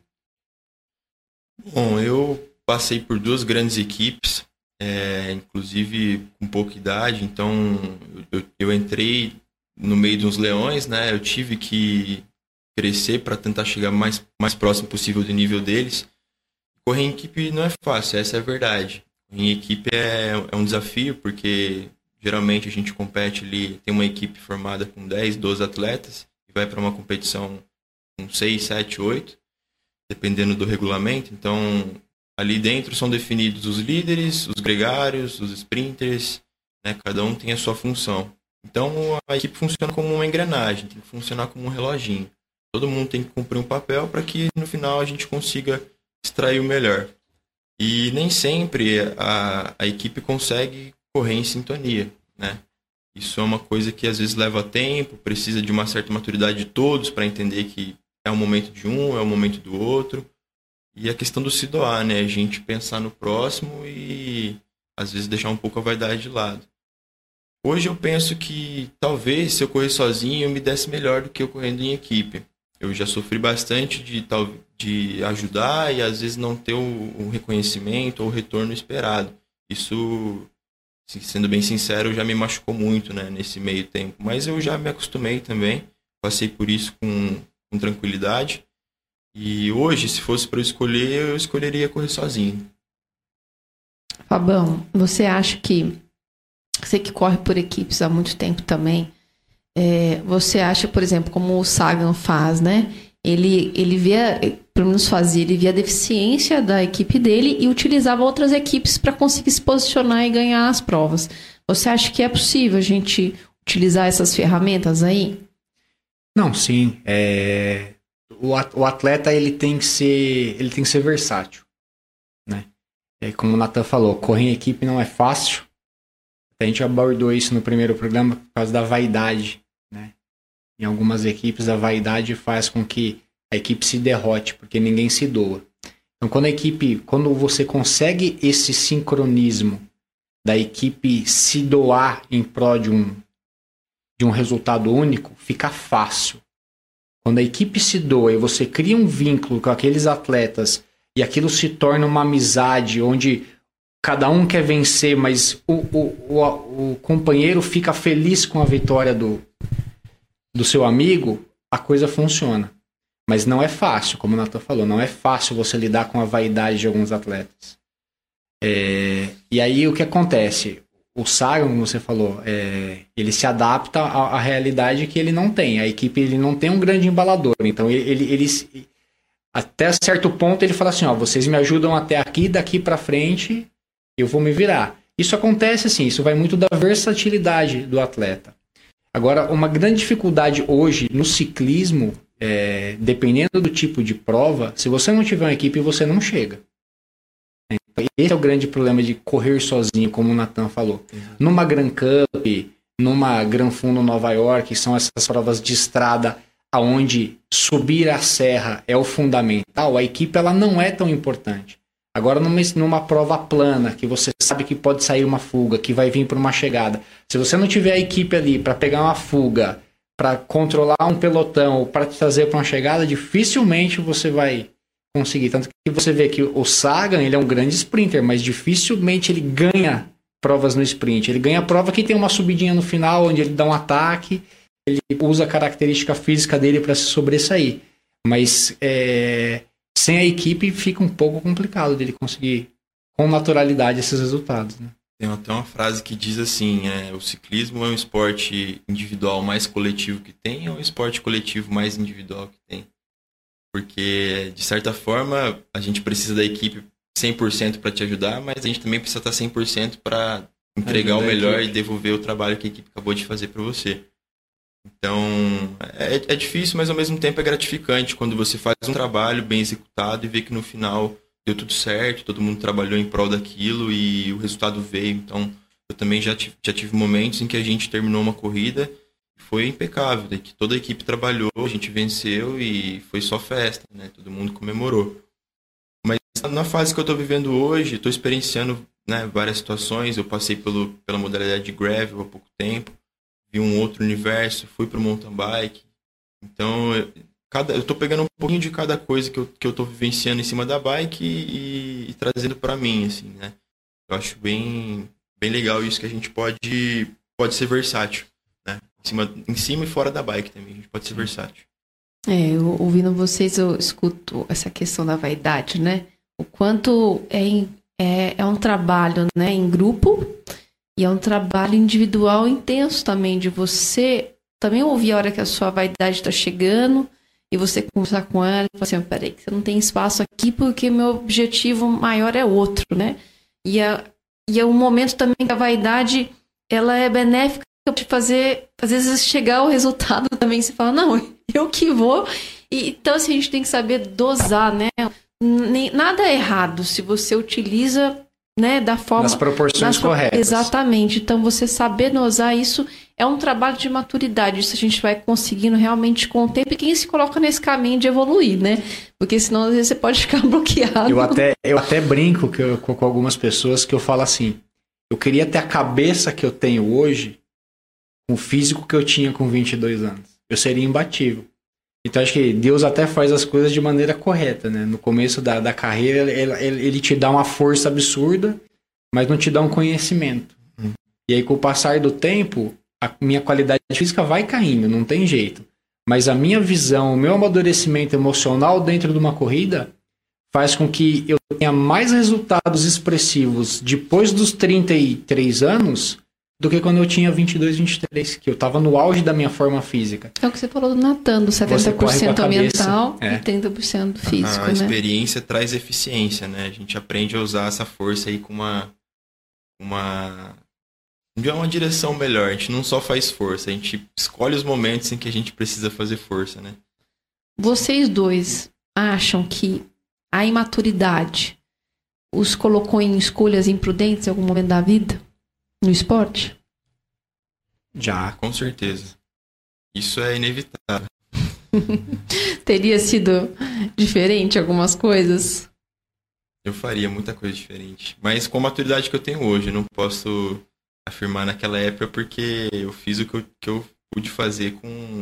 Speaker 5: Bom, eu passei por 2 grandes equipes, inclusive com pouca idade, então eu entrei no meio dos leões, né? Eu tive que crescer para tentar chegar mais próximo possível do nível deles. Correr em equipe não é fácil, essa é a verdade. Em equipe é um desafio, porque geralmente a gente compete ali, tem uma equipe formada com 10, 12 atletas, e vai para uma competição com 6, 7, 8, dependendo do regulamento. Então, ali dentro são definidos os líderes, os gregários, os sprinters, né? Cada um tem a sua função. Então, a equipe funciona como uma engrenagem, tem que funcionar como um reloginho. Todo mundo tem que cumprir um papel para que, no final, a gente consiga extrair o melhor. E nem sempre a equipe consegue correr em sintonia, né? Isso é uma coisa que às vezes leva tempo, precisa de uma certa maturidade de todos para entender que é o momento de um, é o momento do outro. E a questão do se doar, né? A gente pensar no próximo e às vezes deixar um pouco a vaidade de lado. Hoje eu penso que talvez se eu correr sozinho eu me desse melhor do que eu correndo em equipe. Eu já sofri bastante de ajudar e às vezes não ter o reconhecimento ou o retorno esperado. Isso, sendo bem sincero, já me machucou muito, né, nesse meio tempo. Mas eu já me acostumei também, passei por isso com tranquilidade. E hoje, se fosse para eu escolher, eu escolheria correr sozinho.
Speaker 2: Fabão, você acha que você que corre por equipes há muito tempo também, você acha, por exemplo, como o Sagan faz, né? Ele via, pelo menos fazia, ele via a deficiência da equipe dele e utilizava outras equipes para conseguir se posicionar e ganhar as provas. Você acha que é possível a gente utilizar essas ferramentas aí?
Speaker 4: Não, sim. O atleta ele tem que ser versátil, né? Como o Natan falou, correr em equipe não é fácil. A gente abordou isso no primeiro programa por causa da vaidade, né? Em algumas equipes a vaidade faz com que a equipe se derrote, porque ninguém se doa. Então quando você consegue esse sincronismo da equipe se doar em prol de um resultado único, fica fácil. Quando a equipe se doa e você cria um vínculo com aqueles atletas e aquilo se torna uma amizade onde cada um quer vencer, mas o companheiro fica feliz com a vitória do seu amigo, a coisa funciona. Mas não é fácil, como o Natan falou, não é fácil você lidar com a vaidade de alguns atletas. E aí o que acontece? O Sagan, como você falou, ele se adapta à realidade que ele não tem. A equipe ele não tem um grande embalador, então ele Até certo ponto ele fala assim, ó, vocês me ajudam até aqui, daqui para frente eu vou me virar. Isso acontece assim, isso vai muito da versatilidade do atleta. Agora, uma grande dificuldade hoje no ciclismo, dependendo do tipo de prova, se você não tiver uma equipe, você não chega. Esse é o grande problema de correr sozinho, como o Nathan falou. Numa Grand Cup, numa Gran Fundo Nova York, que são essas provas de estrada onde subir a serra é o fundamental, a equipe ela não é tão importante. Agora, numa prova plana, que você sabe que pode sair uma fuga, que vai vir por uma chegada, se você não tiver a equipe ali para pegar uma fuga, para controlar um pelotão, para te trazer para uma chegada, dificilmente você vai conseguir. Tanto que você vê que o Sagan, ele é um grande sprinter, mas dificilmente ele ganha provas no sprint. Ele ganha prova que tem uma subidinha no final, onde ele dá um ataque, ele usa a característica física dele para se sobressair. Mas sem a equipe fica um pouco complicado dele conseguir com naturalidade esses resultados, né?
Speaker 5: Tem até uma frase que diz assim, o ciclismo é um esporte individual mais coletivo que tem ou um esporte coletivo mais individual que tem? Porque, de certa forma, a gente precisa da equipe 100% para te ajudar, mas a gente também precisa estar 100% para entregar o melhor e devolver o trabalho que a equipe acabou de fazer para você. Então, é difícil, mas ao mesmo tempo é gratificante quando você faz um trabalho bem executado e vê que no final deu tudo certo, todo mundo trabalhou em prol daquilo e o resultado veio. Então, eu também já tive momentos em que a gente terminou uma corrida e foi impecável, daí que toda a equipe trabalhou, a gente venceu e foi só festa, né? Todo mundo comemorou. Mas na fase que eu estou vivendo hoje, estou experienciando, né, várias situações. Eu passei pela modalidade de gravel há pouco tempo, vi um outro universo, fui para o mountain bike. Então, eu tô pegando um pouquinho de cada coisa que eu tô vivenciando em cima da bike e trazendo para mim, assim, né? Eu acho bem legal isso, que a gente pode ser versátil, né? Em cima e fora da bike também, a gente pode ser versátil.
Speaker 2: Ouvindo vocês, eu escuto essa questão da vaidade, né? O quanto é um trabalho, né, em grupo, e é um trabalho individual intenso também, de você também ouvir a hora que a sua vaidade está chegando, e você conversar com ela e falar assim, peraí, você não tem espaço aqui porque meu objetivo maior é outro, né? E é um momento também que a vaidade, ela é benéfica de fazer, às vezes, chegar ao resultado também. Você fala, não, eu que vou. Então, assim, a gente tem que saber dosar, né? Nada é errado se você utiliza, né, da forma...
Speaker 4: Nas proporções corretas.
Speaker 2: Exatamente. Então, você saber dosar isso é um trabalho de maturidade. Isso a gente vai conseguindo realmente com o tempo, e quem se coloca nesse caminho de evoluir, né? Porque senão, às vezes, você pode ficar bloqueado.
Speaker 4: Eu até brinco com algumas pessoas que eu falo assim, eu queria ter a cabeça que eu tenho hoje com o físico que eu tinha com 22 anos. Eu seria imbatível. Então, acho que Deus até faz as coisas de maneira correta, né? No começo da carreira, ele te dá uma força absurda, mas não te dá um conhecimento. E aí, com o passar do tempo, a minha qualidade física vai caindo, não tem jeito. Mas a minha visão, o meu amadurecimento emocional dentro de uma corrida faz com que eu tenha mais resultados expressivos depois dos 33 anos do que quando eu tinha 22, 23, que eu estava no auge da minha forma física.
Speaker 2: É o que você falou do Nathan, do 70% mental e 30% físico,
Speaker 5: A experiência traz eficiência, né? A gente aprende a usar essa força aí com uma direção melhor. A gente não só faz força, a gente escolhe os momentos em que a gente precisa fazer força, né?
Speaker 2: Vocês dois acham que a imaturidade os colocou em escolhas imprudentes em algum momento da vida? No esporte?
Speaker 5: Já, com certeza. Isso é inevitável.
Speaker 2: Teria sido diferente algumas coisas?
Speaker 5: Eu faria muita coisa diferente. Mas com a maturidade que eu tenho hoje, eu não posso afirmar naquela época porque eu fiz o que eu pude fazer com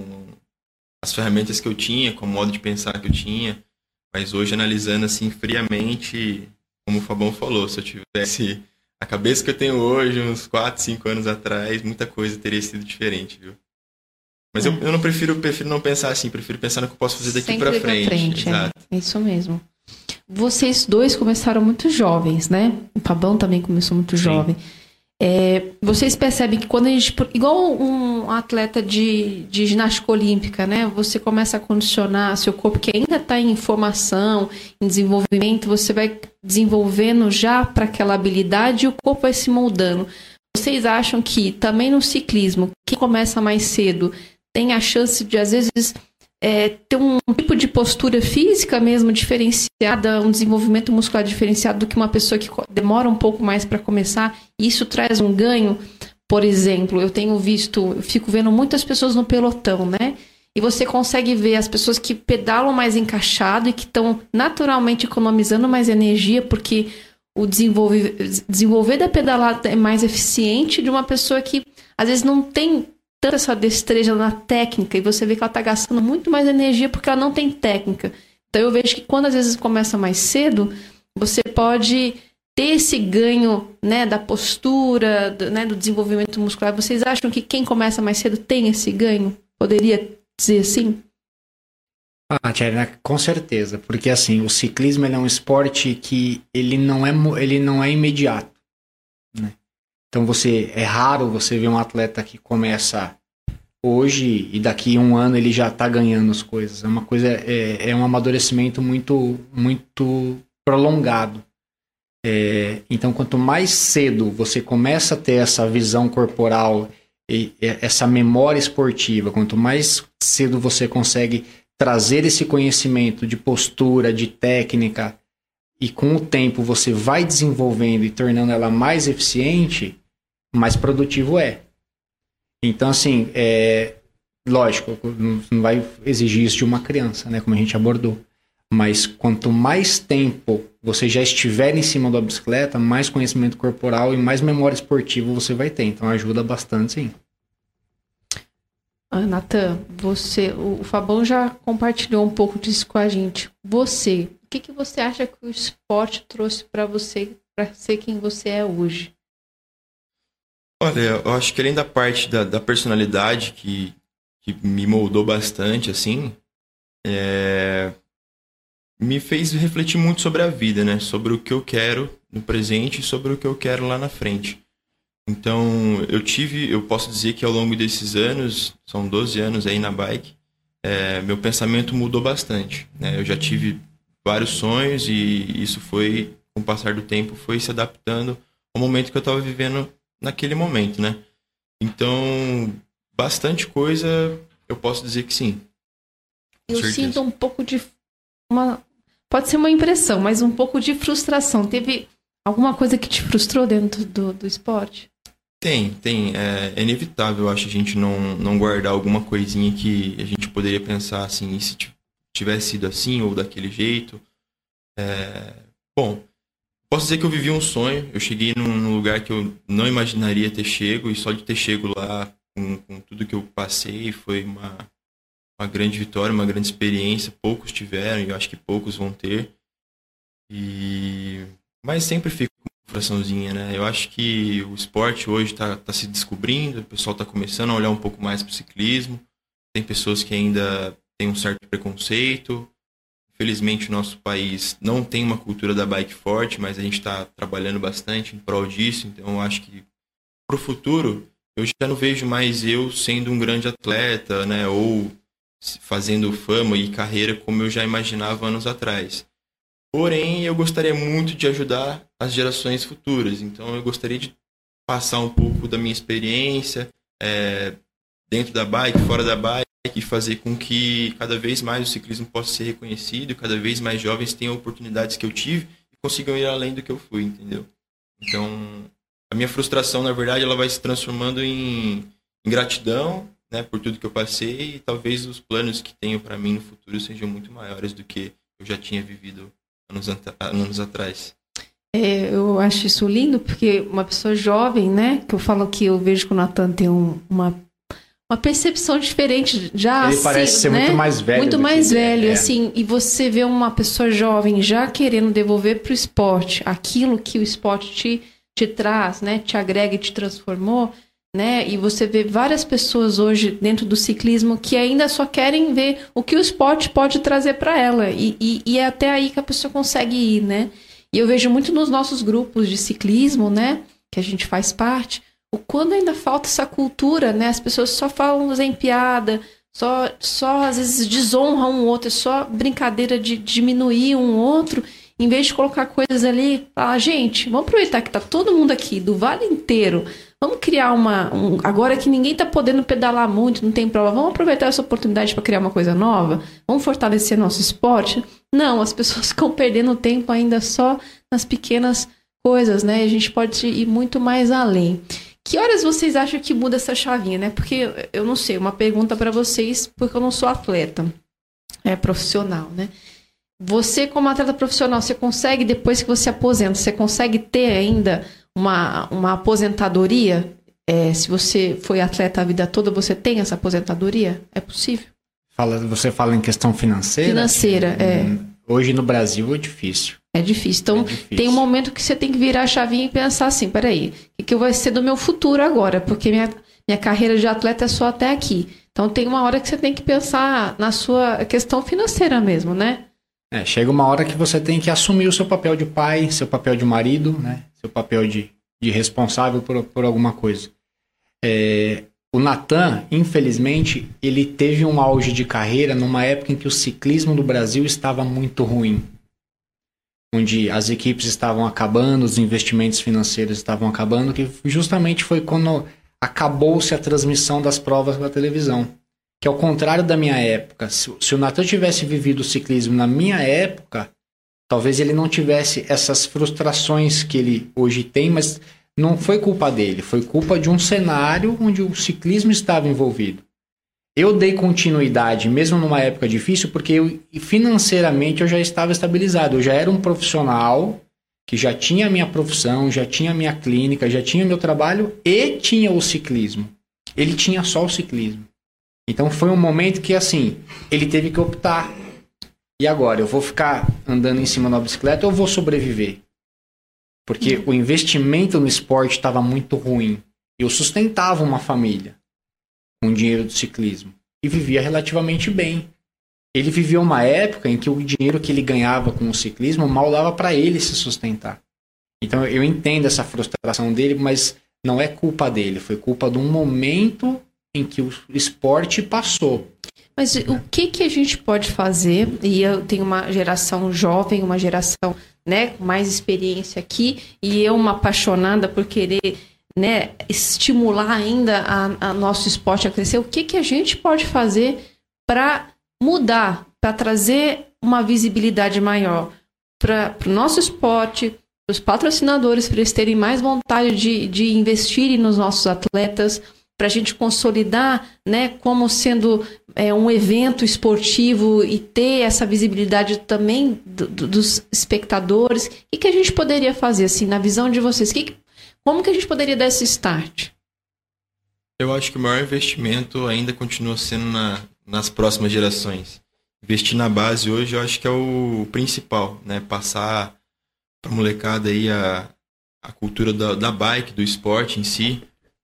Speaker 5: as ferramentas que eu tinha, com o modo de pensar que eu tinha. Mas hoje, analisando assim friamente, como o Fabão falou, se eu tivesse a cabeça que eu tenho hoje, uns 4, 5 anos atrás, muita coisa teria sido diferente, viu? Mas eu não prefiro não pensar assim, prefiro pensar no que eu posso fazer daqui pra frente. Exato.
Speaker 2: É isso mesmo. Vocês dois começaram muito jovens, né? O Fabão também começou muito jovem. Vocês percebem que quando a gente... Igual um atleta de ginástica olímpica, né? Você começa a condicionar seu corpo, que ainda está em formação, em desenvolvimento, você vai desenvolvendo já para aquela habilidade e o corpo vai se moldando. Vocês acham que também no ciclismo, quem começa mais cedo tem a chance de, às vezes, ter um tipo de postura física mesmo diferenciada, um desenvolvimento muscular diferenciado do que uma pessoa que demora um pouco mais para começar, e isso traz um ganho? Por exemplo, eu fico vendo muitas pessoas no pelotão, né? E você consegue ver as pessoas que pedalam mais encaixado e que estão naturalmente economizando mais energia, porque o desenvolver da pedalada é mais eficiente de uma pessoa que às vezes não tem tanta essa destreza na técnica, e você vê que ela está gastando muito mais energia porque ela não tem técnica. Então eu vejo que quando às vezes começa mais cedo, você pode ter esse ganho, né, da postura, do desenvolvimento muscular. Vocês acham que quem começa mais cedo tem esse ganho? Poderia dizer assim?
Speaker 4: Tcherna, com certeza, porque assim, o ciclismo ele é um esporte que ele não é imediato, né? Então é raro você ver um atleta que começa hoje e daqui a um ano ele já está ganhando as coisas. É uma coisa, é um amadurecimento muito, muito prolongado. Então, quanto mais cedo você começa a ter essa visão corporal e essa memória esportiva, quanto mais cedo você consegue trazer esse conhecimento de postura, de técnica, e com o tempo você vai desenvolvendo e tornando ela mais eficiente, mais produtivo é. Então, assim, lógico, não vai exigir isso de uma criança, né, como a gente abordou. Mas quanto mais tempo você já estiver em cima da bicicleta, mais conhecimento corporal e mais memória esportiva você vai ter. Então ajuda bastante, sim.
Speaker 2: Nathan, o Fabão já compartilhou um pouco disso com a gente. O que você acha que o esporte trouxe para você, para ser quem você é hoje?
Speaker 5: Olha, eu acho que além da parte da personalidade que me moldou bastante, assim, me fez refletir muito sobre a vida, né? Sobre o que eu quero no presente e sobre o que eu quero lá na frente. Então, eu posso dizer que ao longo desses anos, são 12 anos aí na bike, meu pensamento mudou bastante, né? Eu já tive vários sonhos e isso foi, com o passar do tempo, foi se adaptando ao momento que eu estava vivendo naquele momento, né? Então, bastante coisa, eu posso dizer que sim.
Speaker 2: Eu sinto um pouco de... Pode ser uma impressão, mas um pouco de frustração. Teve alguma coisa que te frustrou dentro do esporte?
Speaker 5: Tem. É inevitável, eu acho, a gente não guardar alguma coisinha que a gente poderia pensar assim, e se tivesse sido assim ou daquele jeito. Bom, posso dizer que eu vivi um sonho. Eu cheguei num lugar que eu não imaginaria ter chego, e só de ter chego lá com tudo que eu passei foi uma grande vitória, uma grande experiência. Poucos tiveram e eu acho que poucos vão ter. Mas sempre fico com uma frustraçãozinha, né? Eu acho que o esporte hoje está se descobrindo, o pessoal está começando a olhar um pouco mais para o ciclismo. Tem pessoas que ainda têm um certo preconceito. Infelizmente, o nosso país não tem uma cultura da bike forte, mas a gente está trabalhando bastante em prol disso. Então, eu acho que para o futuro, eu já não vejo mais eu sendo um grande atleta, né? Ou fazendo fama e carreira como eu já imaginava anos atrás. Porém, eu gostaria muito de ajudar as gerações futuras. Então, eu gostaria de passar um pouco da minha experiência dentro da bike, fora da bike, e fazer com que cada vez mais o ciclismo possa ser reconhecido, e cada vez mais jovens tenham oportunidades que eu tive e consigam ir além do que eu fui, entendeu? Então, a minha frustração, na verdade, ela vai se transformando em gratidão, né, por tudo que eu passei, e talvez os planos que tenho para mim no futuro sejam muito maiores do que eu já tinha vivido anos atrás.
Speaker 2: Eu acho isso lindo, porque uma pessoa jovem, né, que eu falo que eu vejo que o Nathan tem uma percepção diferente já.
Speaker 4: Ele parece ser, né, muito mais velho.
Speaker 2: Muito mais velho, assim, e você vê uma pessoa jovem já querendo devolver para o esporte aquilo que o esporte te traz, né, te agrega e te transformou, né, e você vê várias pessoas hoje dentro do ciclismo que ainda só querem ver o que o esporte pode trazer para ela, e é até aí que a pessoa consegue ir, né. E eu vejo muito nos nossos grupos de ciclismo, né, que a gente faz parte, o quando ainda falta essa cultura, né? As pessoas só falam em piada, só às vezes desonram um outro, é só brincadeira de diminuir um outro, em vez de colocar coisas ali, falar, gente, vamos aproveitar que tá todo mundo aqui, do vale inteiro, vamos criar agora que ninguém tá podendo pedalar muito, não tem prova, vamos aproveitar essa oportunidade para criar uma coisa nova, vamos fortalecer nosso esporte. Não, as pessoas ficam perdendo tempo ainda só nas pequenas coisas, né? A gente pode ir muito mais além. Que horas vocês acham que muda essa chavinha, né? Porque eu não sei, uma pergunta para vocês, porque eu não sou atleta, profissional, né? Você, como atleta profissional, você consegue, depois que você aposenta, você consegue ter ainda uma aposentadoria? Se você foi atleta a vida toda, você tem essa aposentadoria? É possível?
Speaker 4: Você fala em questão financeira?
Speaker 2: Financeira,
Speaker 4: Hoje no Brasil é difícil.
Speaker 2: É difícil. Então, tem um momento que você tem que virar a chavinha e pensar assim, peraí, o que vai ser do meu futuro agora? Porque minha carreira de atleta é só até aqui. Então, tem uma hora que você tem que pensar na sua questão financeira mesmo, né?
Speaker 4: Chega uma hora que você tem que assumir o seu papel de pai, seu papel de marido, né? Seu papel de responsável por alguma coisa. O Natan, infelizmente, ele teve um auge de carreira numa época em que o ciclismo do Brasil estava muito ruim. Onde as equipes estavam acabando, os investimentos financeiros estavam acabando, que justamente foi quando acabou-se a transmissão das provas pela televisão. Que ao contrário da minha época, se o Natan tivesse vivido o ciclismo na minha época, talvez ele não tivesse essas frustrações que ele hoje tem, mas não foi culpa dele, foi culpa de um cenário onde o ciclismo estava envolvido. Eu dei continuidade, mesmo numa época difícil, porque financeiramente eu já estava estabilizado. Eu já era um profissional que já tinha a minha profissão, já tinha a minha clínica, já tinha meu trabalho e tinha o ciclismo. Ele tinha só o ciclismo. Então foi um momento que, assim, ele teve que optar. E agora, eu vou ficar andando em cima da bicicleta ou eu vou sobreviver? Porque o investimento no esporte estava muito ruim. Eu sustentava uma família com o dinheiro do ciclismo e vivia relativamente bem. Ele vivia uma época em que o dinheiro que ele ganhava com o ciclismo mal dava para ele se sustentar. Então eu entendo essa frustração dele, mas não é culpa dele, foi culpa de um momento em que o esporte passou.
Speaker 2: Mas o que a gente pode fazer? E eu tenho uma geração jovem, uma geração, né, com mais experiência aqui, e eu uma apaixonada por querer, né, estimular ainda a nosso esporte a crescer. O que a gente pode fazer para mudar, para trazer uma visibilidade maior para o nosso esporte, para os patrocinadores, para eles terem mais vontade de investirem nos nossos atletas, para a gente consolidar, né, como sendo um evento esportivo e ter essa visibilidade também dos espectadores. O que a gente poderia fazer, assim, na visão de vocês? Como que a gente poderia dar esse start?
Speaker 5: Eu acho que o maior investimento ainda continua sendo nas próximas gerações. Investir na base hoje eu acho que é o principal, né? Passar para a molecada aí a cultura da bike, do esporte em si.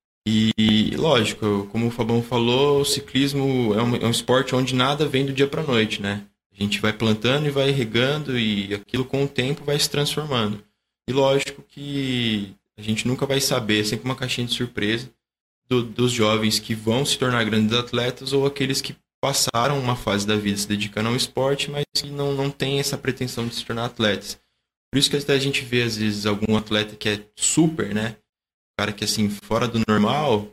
Speaker 5: E lógico, como o Fabão falou, o ciclismo é um esporte onde nada vem do dia para a noite, né? A gente vai plantando e vai regando e aquilo com o tempo vai se transformando. E lógico que a gente nunca vai saber, é sempre uma caixinha de surpresa dos jovens que vão se tornar grandes atletas ou aqueles que passaram uma fase da vida se dedicando ao esporte, mas que não têm essa pretensão de se tornar atletas. Por isso que até a gente vê, às vezes, algum atleta que é super, né? Cara que, assim, fora do normal,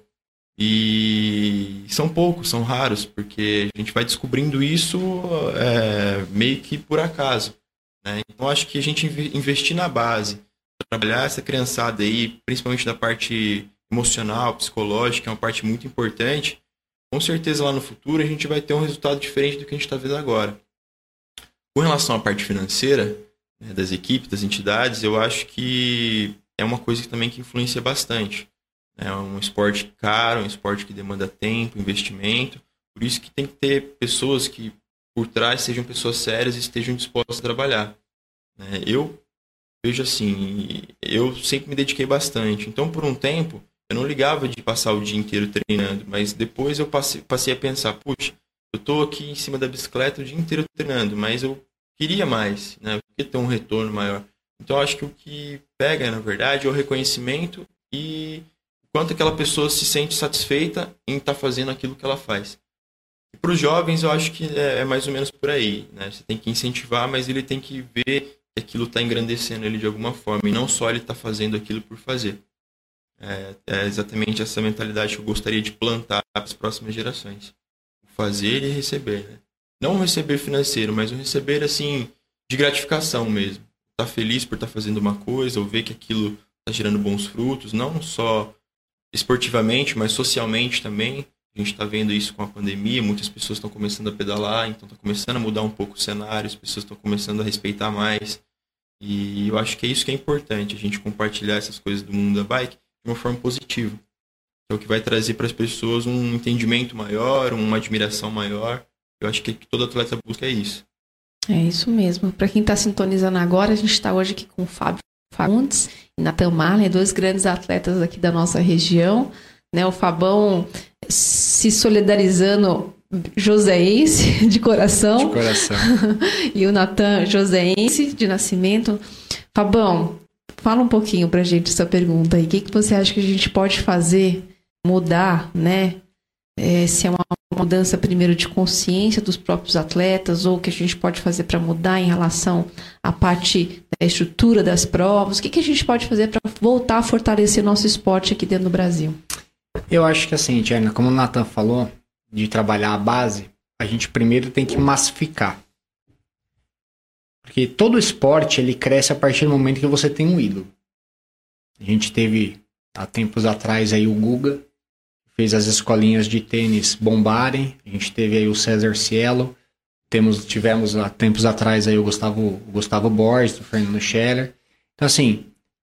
Speaker 5: e são poucos, são raros, porque a gente vai descobrindo isso meio que por acaso, né? Então, acho que a gente investir na base, trabalhar essa criançada aí, principalmente da parte emocional, psicológica, é uma parte muito importante. Com certeza lá no futuro a gente vai ter um resultado diferente do que a gente está vendo agora. Com relação à parte financeira, né, das equipes, das entidades, eu acho que é uma coisa que também que influencia bastante. É um esporte caro, um esporte que demanda tempo, investimento. Por isso que tem que ter pessoas que por trás sejam pessoas sérias e estejam dispostas a trabalhar. Eu vejo assim, eu sempre me dediquei bastante. Então, por um tempo, eu não ligava de passar o dia inteiro treinando, mas depois eu passei a pensar, puxa, eu estou aqui em cima da bicicleta o dia inteiro treinando, mas eu queria mais, né? Eu queria ter um retorno maior. Então, eu acho que o que pega, na verdade, é o reconhecimento e quanto aquela pessoa se sente satisfeita em estar fazendo aquilo que ela faz. E para os jovens, eu acho que é mais ou menos por aí, né? Você tem que incentivar, mas ele tem que ver que aquilo está engrandecendo ele de alguma forma, e não só ele está fazendo aquilo por fazer. É exatamente essa mentalidade que eu gostaria de plantar para as próximas gerações. Fazer e receber, né? Não um receber financeiro, mas um receber, assim, de gratificação mesmo. Estar feliz por estar fazendo uma coisa, ou ver que aquilo está gerando bons frutos, não só esportivamente, mas socialmente também. A gente está vendo isso com a pandemia, muitas pessoas estão começando a pedalar, então está começando a mudar um pouco o cenário, as pessoas estão começando a respeitar mais. E eu acho que é isso que é importante, a gente compartilhar essas coisas do mundo da bike de uma forma positiva. É o que vai trazer para as pessoas um entendimento maior, uma admiração maior. Eu acho que todo atleta busca é isso.
Speaker 2: É isso mesmo. Para quem está sintonizando agora, a gente está hoje aqui com o Fábio Fagundes e Nathan Marley, 2 grandes atletas aqui da nossa região. Né, o Fabão se solidarizando joseense de coração.
Speaker 4: De coração.
Speaker 2: E o Nathan joseense de nascimento. Fabão, fala um pouquinho pra gente essa pergunta aí. O que você acha que a gente pode fazer, mudar, né? Se é uma mudança primeiro de consciência dos próprios atletas, ou o que a gente pode fazer para mudar em relação à parte da estrutura das provas. O que a gente pode fazer para voltar a fortalecer nosso esporte aqui dentro do Brasil?
Speaker 4: Eu acho que assim, Tcherna, como o Nathan falou, de trabalhar a base, a gente primeiro tem que massificar. Porque todo esporte, ele cresce a partir do momento que você tem um ídolo. A gente teve, há tempos atrás, aí o Guga, fez as escolinhas de tênis bombarem. A gente teve aí o César Cielo. Tivemos há tempos atrás aí o Gustavo Borges, o Fernando Scheller. Então, assim,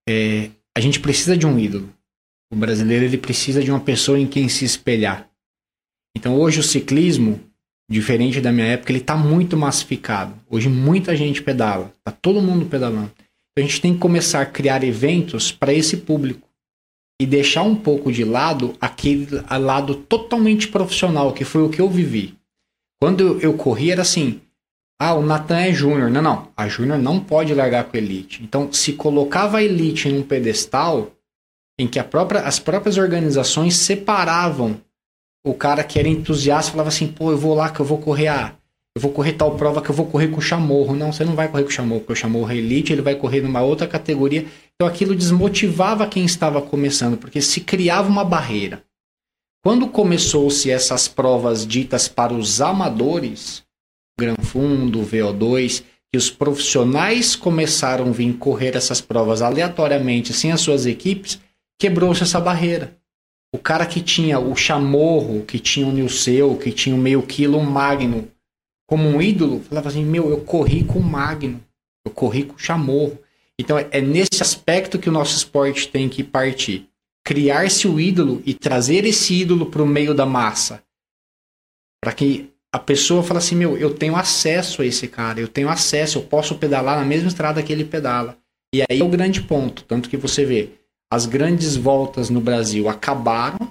Speaker 4: a gente precisa de um ídolo. O brasileiro, ele precisa de uma pessoa em quem se espelhar. Então, hoje o ciclismo, diferente da minha época, ele está muito massificado. Hoje muita gente pedala, está todo mundo pedalando. Então, a gente tem que começar a criar eventos para esse público e deixar um pouco de lado aquele lado totalmente profissional, que foi o que eu vivi. Quando eu corri, era assim, o Nathan é júnior. Não, a júnior não pode largar com a elite. Então, se colocava a elite em um pedestal em que as próprias organizações separavam o cara que era entusiasta, falava assim, eu vou lá que eu vou correr tal prova que eu vou correr com o Chamorro. Não, você não vai correr com o Chamorro, porque o Chamorro é elite, ele vai correr numa outra categoria. Então aquilo desmotivava quem estava começando, porque se criava uma barreira. Quando começou-se essas provas ditas para os amadores, Gran Fundo, VO2, que os profissionais começaram a vir correr essas provas aleatoriamente, sem as suas equipes, quebrou-se essa barreira. O cara que tinha o Chamorro, que tinha o Nilceu, que tinha o meio quilo, o Magno, como um ídolo, falava assim, eu corri com o Magno, eu corri com o Chamorro. Então é nesse aspecto que o nosso esporte tem que partir. Criar-se o ídolo e trazer esse ídolo para o meio da massa. Para que a pessoa fale assim, eu tenho acesso a esse cara, eu posso pedalar na mesma estrada que ele pedala. E aí é o grande ponto, tanto que você vê, as grandes voltas no Brasil acabaram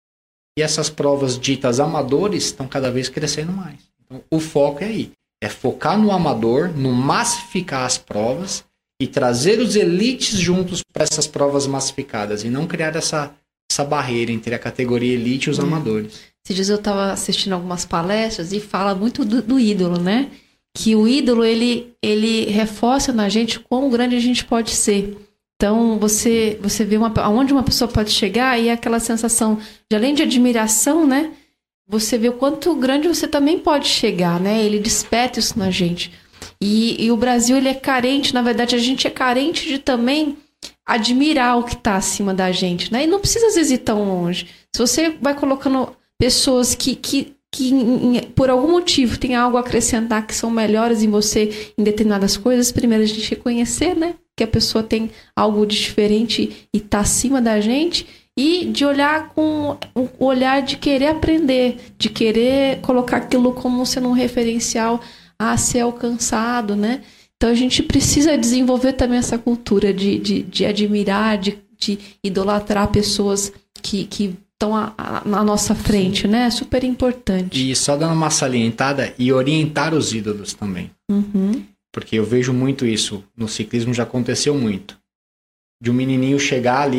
Speaker 4: e essas provas ditas amadores estão cada vez crescendo mais. Então, o foco é aí. É focar no amador, no massificar as provas e trazer os elites juntos para essas provas massificadas e não criar essa barreira entre a categoria elite e os amadores.
Speaker 2: Esses dias eu estava assistindo algumas palestras e fala muito do ídolo, né? Que o ídolo, ele reforça na gente quão grande a gente pode ser. Então, você vê aonde uma pessoa pode chegar e é aquela sensação de, além de admiração, né? Você vê o quanto grande você também pode chegar, né? Ele desperta isso na gente. E o Brasil, ele é carente, na verdade, a gente é carente de também admirar o que está acima da gente, né? E não precisa, às vezes, ir tão longe. Se você vai colocando pessoas que por algum motivo tem algo a acrescentar, que são melhores em você em determinadas coisas, primeiro a gente reconhecer, né? Que a pessoa tem algo de diferente e está acima da gente, e de olhar com o olhar de querer aprender, de querer colocar aquilo como sendo um referencial a ser alcançado, né? Então a gente precisa desenvolver também essa cultura de admirar, de idolatrar pessoas que estão na nossa frente, né? É super importante.
Speaker 4: E só dando uma salientada e orientar os ídolos também.
Speaker 2: Uhum.
Speaker 4: Porque eu vejo muito isso. No ciclismo já aconteceu muito. De um menininho chegar ali,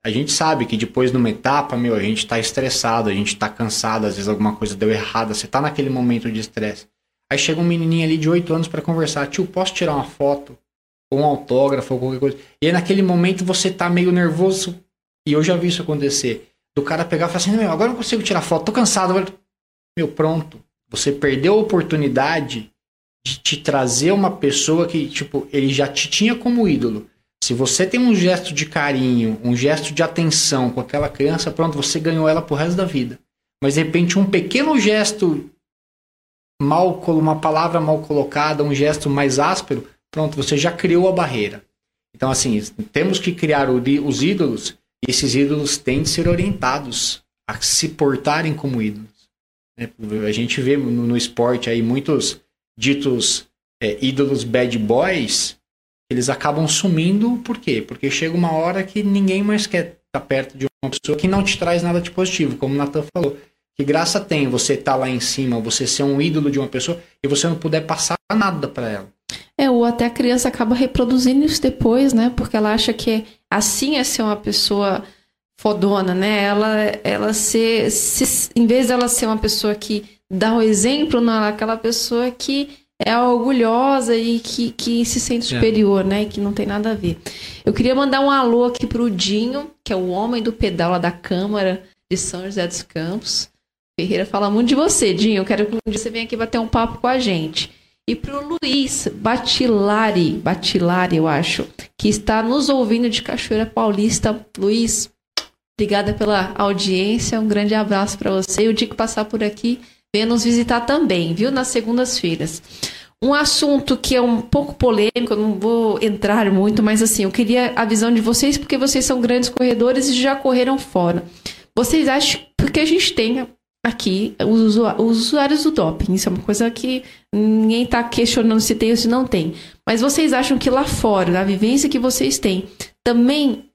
Speaker 4: A gente sabe que depois de uma etapa, a gente tá estressado, a gente tá cansado, às vezes alguma coisa deu errada, você tá naquele momento de estresse. Aí chega um menininho ali de 8 anos para conversar, tio, posso tirar uma foto? Ou um autógrafo, ou qualquer coisa. E aí naquele momento você tá meio nervoso, e eu já vi isso acontecer, do cara pegar e falar assim, agora eu não consigo tirar foto, tô cansado. Pronto. Você perdeu a oportunidade de te trazer uma pessoa que, tipo, ele já te tinha como ídolo. Se você tem um gesto de carinho, um gesto de atenção com aquela criança, pronto, você ganhou ela pro resto da vida. Mas de repente um pequeno gesto uma palavra mal colocada, um gesto mais áspero, pronto, você já criou a barreira. Então, assim, temos que criar os ídolos, e esses ídolos têm de ser orientados a se portarem como ídolos. A gente vê no esporte aí muitos ditos ídolos bad boys, eles acabam sumindo, por quê? Porque chega uma hora que ninguém mais quer estar perto de uma pessoa que não te traz nada de positivo, como o Nathan falou. Que graça tem você estar lá em cima, você ser um ídolo de uma pessoa e você não puder passar nada para ela.
Speaker 2: Ou até a criança acaba reproduzindo isso depois, né? Porque ela acha que assim é ser uma pessoa fodona, né? Ela em vez dela ser uma pessoa que dá o exemplo, não, ela é aquela pessoa que é orgulhosa e que se sente superior, né? E que não tem nada a ver. Eu queria mandar um alô aqui pro Dinho, que é o homem do pedal lá da Câmara de São José dos Campos. Ferreira fala muito de você, Dinho. Eu quero que um dia você venha aqui bater um papo com a gente. E pro Luiz Batilari, eu acho, que está nos ouvindo de Cachoeira Paulista. Luiz, obrigada pela audiência. Um grande abraço para você. E o dia que passar por aqui, venha nos visitar também, viu? Nas segundas-feiras. Um assunto que é um pouco polêmico, eu não vou entrar muito, mas assim, eu queria a visão de vocês, porque vocês são grandes corredores e já correram fora. Vocês acham, porque a gente tem aqui os usuários do doping, isso é uma coisa que ninguém está questionando se tem ou se não tem. Mas vocês acham que lá fora, na vivência que vocês têm, também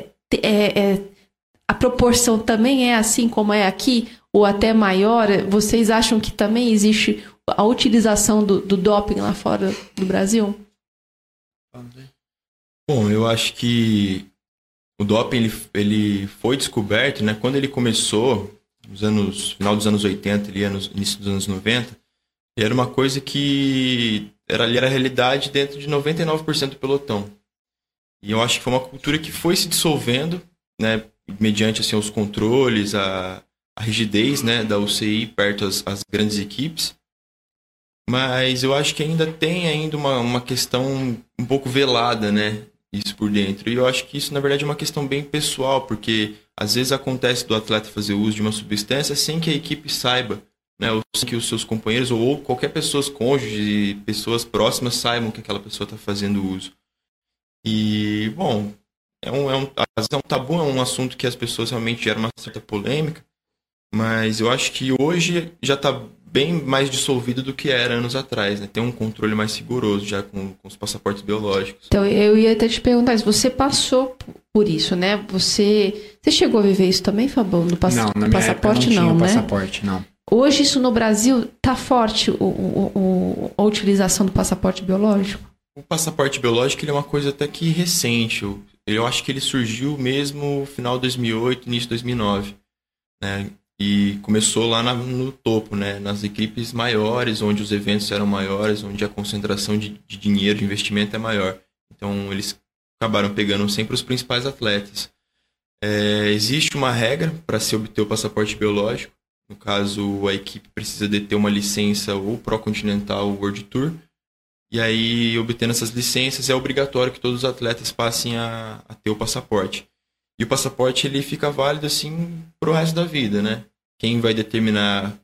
Speaker 2: a proporção também é assim como é aqui, ou até maior? Vocês acham que também existe a utilização do doping lá fora do Brasil?
Speaker 5: Bom, eu acho que o doping ele foi descoberto, né? Quando ele começou, final dos anos 80, ali, início dos anos 90, era uma coisa que era a realidade dentro de 99% do pelotão. E eu acho que foi uma cultura que foi se dissolvendo, né? Mediante assim, os controles, a rigidez, né, da UCI perto às grandes equipes. Mas eu acho que ainda tem uma questão um pouco velada, né, isso por dentro. E eu acho que isso, na verdade, é uma questão bem pessoal, porque às vezes acontece do atleta fazer uso de uma substância sem que a equipe saiba, né, ou sem que os seus companheiros ou qualquer pessoa, cônjuge, pessoas próximas saibam que aquela pessoa está fazendo uso. E, bom, às vezes é um tabu, é um assunto que as pessoas realmente geram uma certa polêmica, mas eu acho que hoje já está bem mais dissolvido do que era anos atrás, né? Tem um controle mais rigoroso já com os passaportes biológicos.
Speaker 2: Então, eu ia até te perguntar, se você passou por isso, né? Você chegou a viver isso também, Fabão?
Speaker 4: Não, na minha
Speaker 2: passaporte
Speaker 4: época não tinha
Speaker 2: né?
Speaker 4: passaporte, não.
Speaker 2: Hoje, isso no Brasil, tá forte a utilização do passaporte biológico?
Speaker 5: O passaporte biológico ele é uma coisa até que recente. Eu acho que ele surgiu mesmo no final de 2008, início de 2009, né? E começou lá no topo, né? Nas equipes maiores, onde os eventos eram maiores, onde a concentração de dinheiro, de investimento é maior. Então, eles acabaram pegando sempre os principais atletas. Existe uma regra para se obter o passaporte biológico. No caso, a equipe precisa de ter uma licença ou Pro Continental ou World Tour. E aí, obtendo essas licenças, é obrigatório que todos os atletas passem a ter o passaporte. E o passaporte ele fica válido assim pro resto da vida, né? Quem vai determinar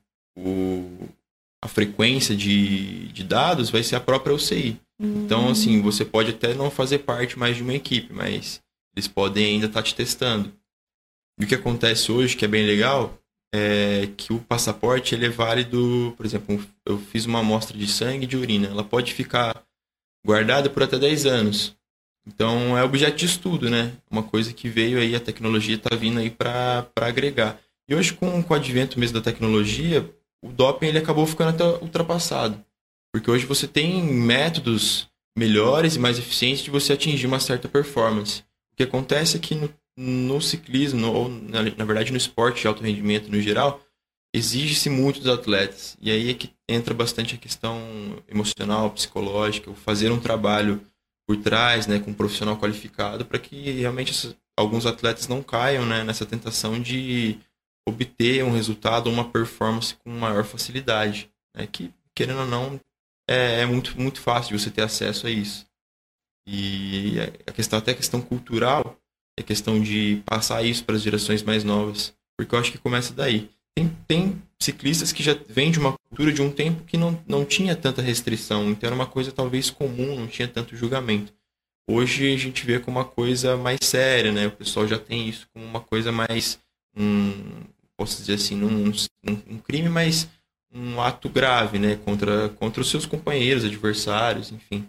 Speaker 5: a frequência de dados vai ser a própria UCI. Então, assim, você pode até não fazer parte mais de uma equipe, mas eles podem ainda estar te testando. E o que acontece hoje, que é bem legal, é que o passaporte ele é válido, por exemplo, eu fiz uma amostra de sangue e de urina, ela pode ficar guardada por até 10 anos. Então, é objeto de estudo, né? Uma coisa que veio aí, a tecnologia está vindo aí para agregar. E hoje, com o advento mesmo da tecnologia, o doping ele acabou ficando até ultrapassado. Porque hoje você tem métodos melhores e mais eficientes de você atingir uma certa performance. O que acontece é que no ciclismo, ou na verdade no esporte de alto rendimento no geral, exige-se muito dos atletas. E aí é que entra bastante a questão emocional, psicológica, o fazer um trabalho por trás, né, com um profissional qualificado, para que realmente alguns atletas não caiam, né, nessa tentação de obter um resultado, uma performance com maior facilidade, né, que, querendo ou não, é muito, muito fácil de você ter acesso a isso. E até a questão cultural, é questão de passar isso para as gerações mais novas, porque eu acho que começa daí. Tem ciclistas que já vêm de uma cultura de um tempo que não tinha tanta restrição, então era uma coisa talvez comum, não tinha tanto julgamento. Hoje a gente vê como uma coisa mais séria, né? O pessoal já tem isso como uma coisa mais, posso dizer assim, um crime, mas um ato grave, né? Contra os seus companheiros, adversários, enfim.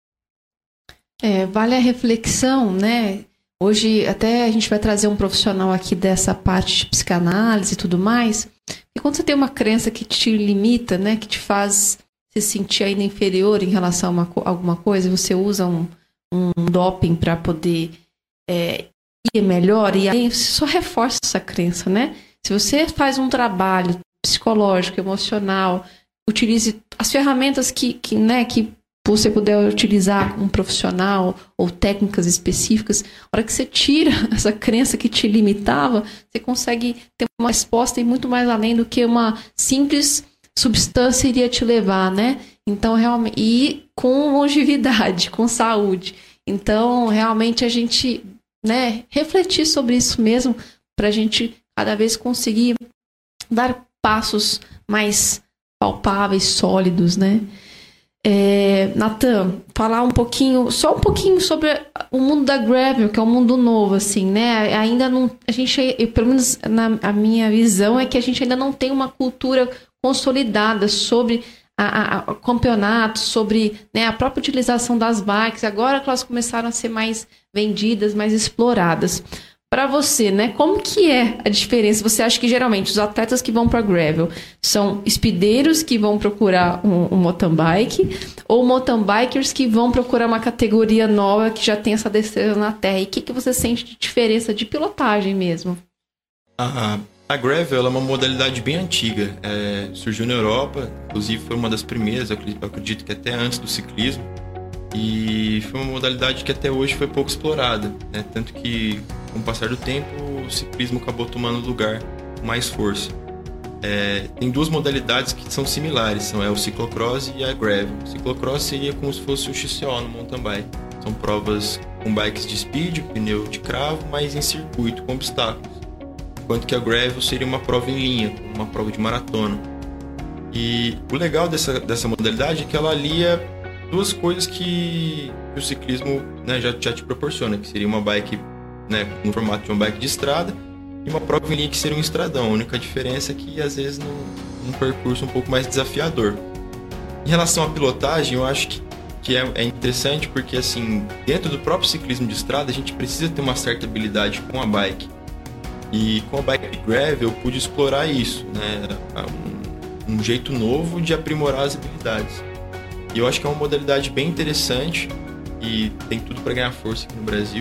Speaker 2: Vale a reflexão, né? Hoje até a gente vai trazer um profissional aqui dessa parte de psicanálise e tudo mais. E quando você tem uma crença que te limita, né, que te faz se sentir ainda inferior em relação a alguma coisa, você usa um doping para poder ir melhor, e aí você só reforça essa crença, né? Se você faz um trabalho psicológico, emocional, utilize as ferramentas que você puder utilizar com um profissional ou técnicas específicas, a hora que você tira essa crença que te limitava, você consegue ter uma resposta e muito mais além do que uma simples substância iria te levar, né? Então, realmente, e com longevidade, com saúde. Então, realmente, a gente, né, refletir sobre isso mesmo, para a gente cada vez conseguir dar passos mais palpáveis, sólidos, né? Natan, falar só um pouquinho sobre o mundo da gravel, que é um mundo novo, assim, né? Ainda não, pelo menos a minha visão é que a gente ainda não tem uma cultura consolidada sobre a campeonatos, sobre, né, a própria utilização das bikes. Agora que elas começaram a ser mais vendidas, mais exploradas. Para você, né, como que é a diferença? Você acha que geralmente os atletas que vão para gravel são speedeiros que vão procurar um mountain bike, ou mountain bikers que vão procurar uma categoria nova que já tem essa destreza na terra? E o que você sente de diferença de pilotagem mesmo?
Speaker 5: A gravel é uma modalidade bem antiga. Surgiu na Europa, inclusive foi uma das primeiras, eu acredito que até antes do ciclismo. E foi uma modalidade que até hoje foi pouco explorada, né? Tanto que, com o passar do tempo, o ciclismo acabou tomando lugar com mais força. Tem duas modalidades que são similares, são o ciclocross e a gravel. O ciclocross seria como se fosse o XCO no mountain bike. São provas com bikes de speed, pneu de cravo, mas em circuito, com obstáculos. Enquanto que a gravel seria uma prova em linha, uma prova de maratona. E o legal dessa modalidade é que ela alia duas coisas que o ciclismo, né, já te proporciona, que seria uma bike, né, no formato de uma bike de estrada, e uma prova em linha que seria um estradão. A única diferença é que às vezes num percurso um pouco mais desafiador. Em relação à pilotagem, eu acho que é interessante porque, assim, dentro do próprio ciclismo de estrada, a gente precisa ter uma certa habilidade com a bike. E com a bike gravel eu pude explorar isso, né, um jeito novo de aprimorar as habilidades. E eu acho que é uma modalidade bem interessante e tem tudo para ganhar força aqui no Brasil.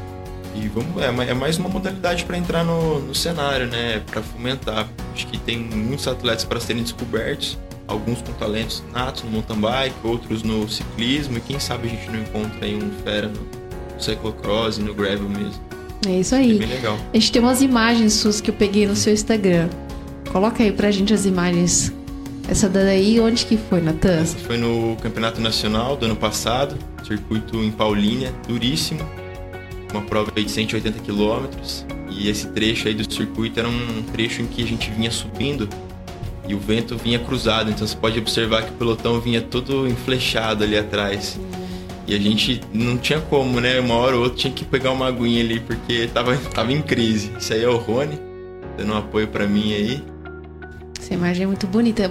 Speaker 5: E é mais uma modalidade para entrar no cenário, né? Para fomentar. Acho que tem muitos atletas para serem descobertos, alguns com talentos natos no mountain bike, outros no ciclismo, e quem sabe a gente não encontra aí um fera no cyclocross e no gravel mesmo.
Speaker 2: É isso aí.
Speaker 5: É bem legal.
Speaker 2: A gente tem umas imagens suas que eu peguei no seu Instagram. Coloca aí pra gente as imagens. Essa daí, onde que foi, Natan?
Speaker 5: Essa foi no Campeonato Nacional do ano passado, circuito em Paulínia, duríssimo, uma prova de 180 km, e esse trecho aí do circuito era um trecho em que a gente vinha subindo e o vento vinha cruzado, então você pode observar que o pelotão vinha todo enflechado ali atrás. E a gente não tinha como, né? Uma hora ou outra tinha que pegar uma aguinha ali, porque tava em crise. Isso aí é o Rony, dando um apoio pra mim aí.
Speaker 2: Essa imagem é muito bonita.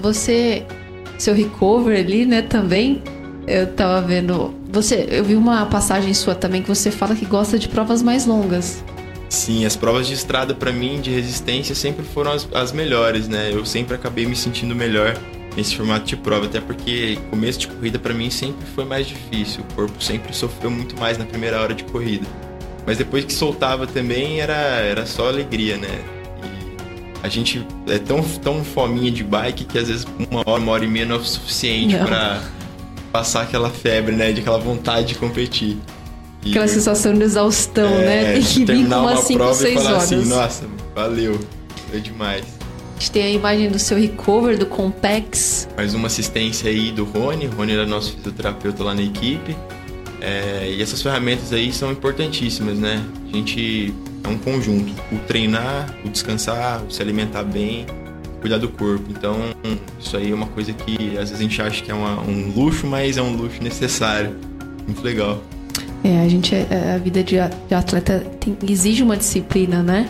Speaker 2: Seu recover ali, né, também, eu tava vendo... Eu vi uma passagem sua também que você fala que gosta de provas mais longas.
Speaker 5: Sim, as provas de estrada pra mim, de resistência, sempre foram as melhores, né? Eu sempre acabei me sentindo melhor nesse formato de prova, até porque começo de corrida pra mim sempre foi mais difícil. O corpo sempre sofreu muito mais na primeira hora de corrida. Mas depois que soltava também era só alegria, né? E a gente é tão fominha de bike que às vezes 1 hora e meia não é o suficiente pra passar aquela febre, né? De aquela vontade de competir.
Speaker 2: Aquela sensação de exaustão, né? Tem que vir com umas 5, 6 horas.
Speaker 5: Assim, nossa, valeu. Foi demais.
Speaker 2: A gente tem a imagem do seu recover, do Compex.
Speaker 5: Mais uma assistência aí do Rony. O Rony era nosso fisioterapeuta lá na equipe. E essas ferramentas aí são importantíssimas, né? A gente é um conjunto. O treinar, o descansar, o se alimentar bem, cuidar do corpo. Então, isso aí é uma coisa que às vezes a gente acha que é um luxo, mas é um luxo necessário. Muito legal.
Speaker 2: A vida de atleta exige uma disciplina, né?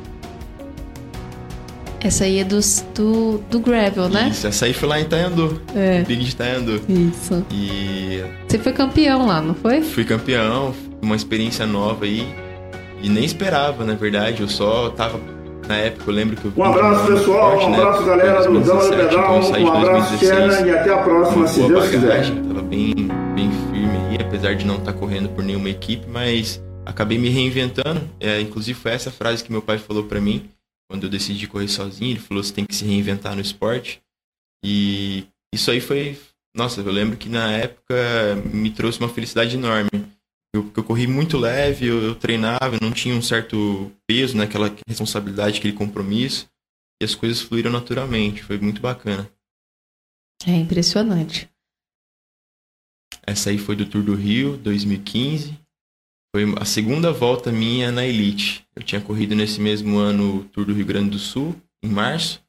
Speaker 2: Essa aí é do gravel, né?
Speaker 5: Isso, essa aí foi lá em Itanhandu. Big de Itanhandu.
Speaker 2: Isso.
Speaker 5: E
Speaker 2: você foi campeão lá, não foi?
Speaker 5: Fui campeão, uma experiência nova aí. E nem esperava, na verdade. Eu só tava... Na época, eu lembro que eu...
Speaker 3: Um abraço, pessoal. Um abraço, galera do Dama do Pedal. Um abraço, Tcherna. E até a próxima, se Deus quiser.
Speaker 5: Tava bem firme aí, apesar de não estar correndo por nenhuma equipe. Mas acabei me reinventando. Inclusive, foi essa frase que meu pai falou pra mim. Quando eu decidi correr sozinho, ele falou, você tem que se reinventar no esporte. E isso aí foi... Nossa, eu lembro que na época me trouxe uma felicidade enorme. Eu corri muito leve, eu treinava, eu não tinha um certo peso naquela responsabilidade, aquele compromisso. E as coisas fluíram naturalmente, foi muito bacana.
Speaker 2: É impressionante.
Speaker 5: Essa aí foi do Tour do Rio, 2015. Foi a segunda volta minha na Elite. Eu tinha corrido nesse mesmo ano o Tour do Rio Grande do Sul, em março.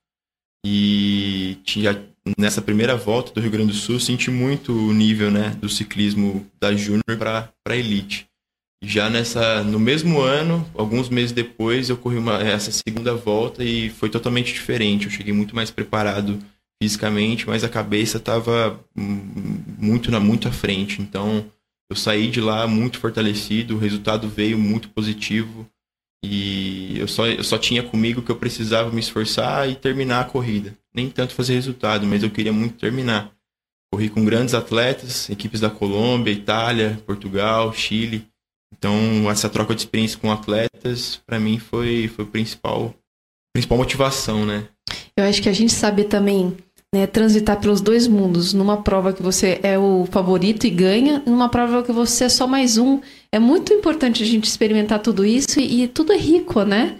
Speaker 5: E nessa primeira volta do Rio Grande do Sul, senti muito o nível, né, do ciclismo da Júnior para a Elite. E já no mesmo ano, alguns meses depois, eu corri essa segunda volta e foi totalmente diferente. Eu cheguei muito mais preparado fisicamente, mas a cabeça estava muito à frente. Então... Eu saí de lá muito fortalecido, o resultado veio muito positivo e eu só tinha comigo que eu precisava me esforçar e terminar a corrida. Nem tanto fazer resultado, mas eu queria muito terminar. Corri com grandes atletas, equipes da Colômbia, Itália, Portugal, Chile. Então, essa troca de experiência com atletas, para mim, foi a principal motivação, né?
Speaker 2: Eu acho que a gente sabe também... Né, transitar pelos dois mundos, numa prova que você é o favorito e ganha, numa prova que você é só mais um. É muito importante a gente experimentar tudo isso e tudo é rico, né?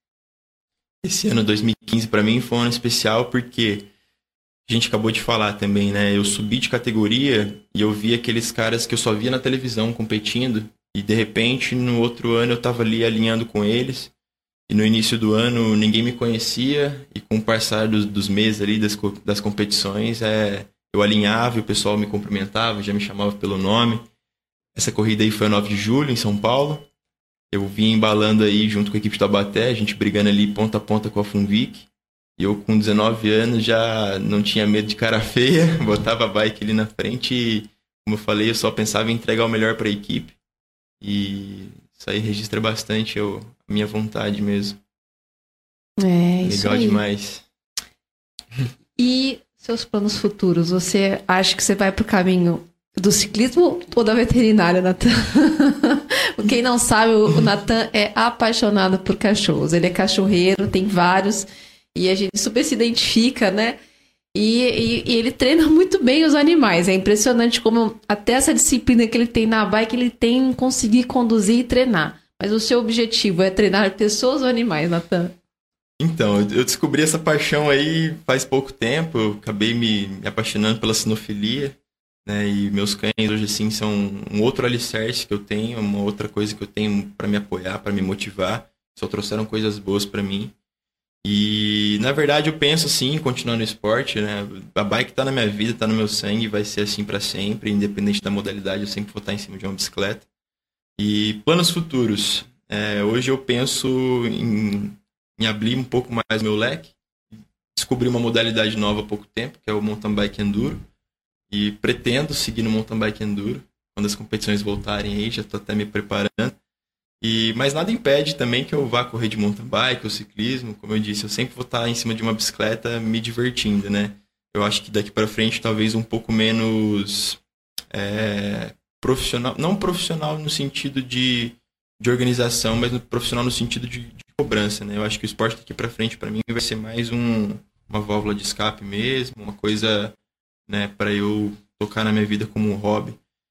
Speaker 5: Esse ano 2015 para mim foi um ano especial porque a gente acabou de falar também, né? Eu subi de categoria e eu vi aqueles caras que eu só via na televisão competindo e de repente no outro ano eu tava ali alinhando com eles. E no início do ano ninguém me conhecia e com o passar dos meses ali das competições, eu alinhava e o pessoal me cumprimentava, já me chamava pelo nome. Essa corrida aí foi a 9 de julho em São Paulo. Eu vim embalando aí junto com a equipe de Taubaté, a gente brigando ali ponta a ponta com a Funvic. E eu com 19 anos já não tinha medo de cara feia, botava a bike ali na frente e, como eu falei, eu só pensava em entregar o melhor para a equipe. E isso aí registra bastante a minha vontade mesmo.
Speaker 2: Isso
Speaker 5: legal
Speaker 2: aí.
Speaker 5: Demais.
Speaker 2: E seus planos futuros? Você acha que você vai pro caminho do ciclismo ou da veterinária, Natan? Quem não sabe, o Natan é apaixonado por cachorros. Ele é cachorreiro, tem vários, e a gente super se identifica, né? E ele treina muito bem os animais. É impressionante como até essa disciplina que ele tem na bike, ele tem em conseguir conduzir e treinar. Mas o seu objetivo é treinar pessoas ou animais, Natan?
Speaker 5: Então, eu descobri essa paixão aí faz pouco tempo. Eu acabei me apaixonando pela sinofilia, né? E meus cães hoje, assim, são um outro alicerce que eu tenho, uma outra coisa que eu tenho para me apoiar, para me motivar. Só trouxeram coisas boas para mim. E, na verdade, eu penso, assim, em continuar no esporte, né? A bike tá na minha vida, tá no meu sangue, vai ser assim para sempre, independente da modalidade, eu sempre vou estar em cima de uma bicicleta. E planos futuros. Hoje eu penso em abrir um pouco mais o meu leque. Descobri uma modalidade nova há pouco tempo, que é o mountain bike enduro. E pretendo seguir no mountain bike enduro. Quando as competições voltarem aí, já estou até me preparando. Mas nada impede também que eu vá correr de mountain bike ou ciclismo. Como eu disse, eu sempre vou estar em cima de uma bicicleta me divertindo, né? Eu acho que daqui para frente talvez um pouco menos profissional. Não profissional no sentido de de organização, mas no profissional no sentido de cobrança, né? Eu acho que o esporte daqui para frente, para mim, vai ser mais uma válvula de escape mesmo, uma coisa, né, para eu tocar na minha vida como um hobby.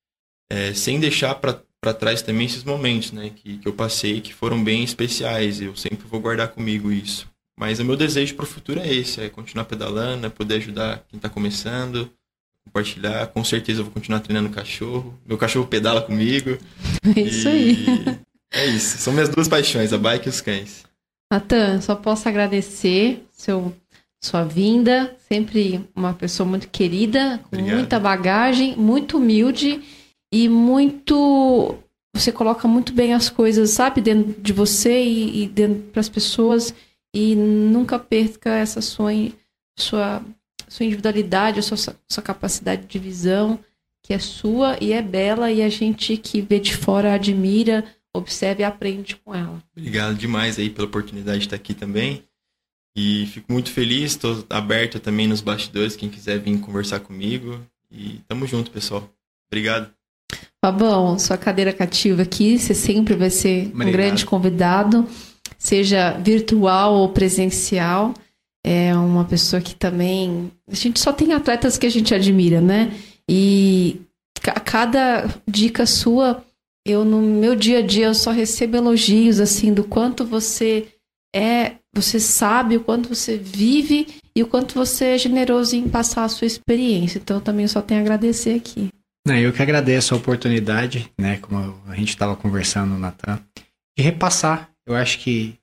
Speaker 5: Sem deixar para trás também esses momentos, né, que eu passei, que foram bem especiais. Eu sempre vou guardar comigo isso. Mas o meu desejo para o futuro é esse, é continuar pedalando, é poder ajudar quem está começando, compartilhar. Com certeza eu vou continuar treinando cachorro. Meu cachorro pedala comigo.
Speaker 2: É isso aí.
Speaker 5: É isso. São minhas duas paixões, a bike e os cães.
Speaker 2: Natan, só posso agradecer sua vinda. Sempre uma pessoa muito querida, com
Speaker 5: Obrigado.
Speaker 2: muita bagagem, muito humilde e muito... Você coloca muito bem as coisas, sabe? Dentro de você e dentro para as pessoas. E nunca perca essa sua individualidade, a sua capacidade de visão, que é sua e é bela, e a gente que vê de fora admira, observa e aprende com ela.
Speaker 5: Obrigado demais aí pela oportunidade de estar aqui também. E fico muito feliz, estou aberto também nos bastidores, quem quiser vir conversar comigo. E tamo junto, pessoal. Obrigado.
Speaker 2: Fabão, sua cadeira cativa aqui, você sempre vai ser um grande convidado, seja virtual ou presencial. É uma pessoa que também... A gente só tem atletas que a gente admira, né? E cada dica sua, no meu dia a dia, eu só recebo elogios, assim, do quanto você sabe, o quanto você vive e o quanto você é generoso em passar a sua experiência. Então, eu também só tenho a agradecer aqui.
Speaker 4: Eu que agradeço a oportunidade, né? Como a gente estava conversando, Natan, de repassar. Eu acho que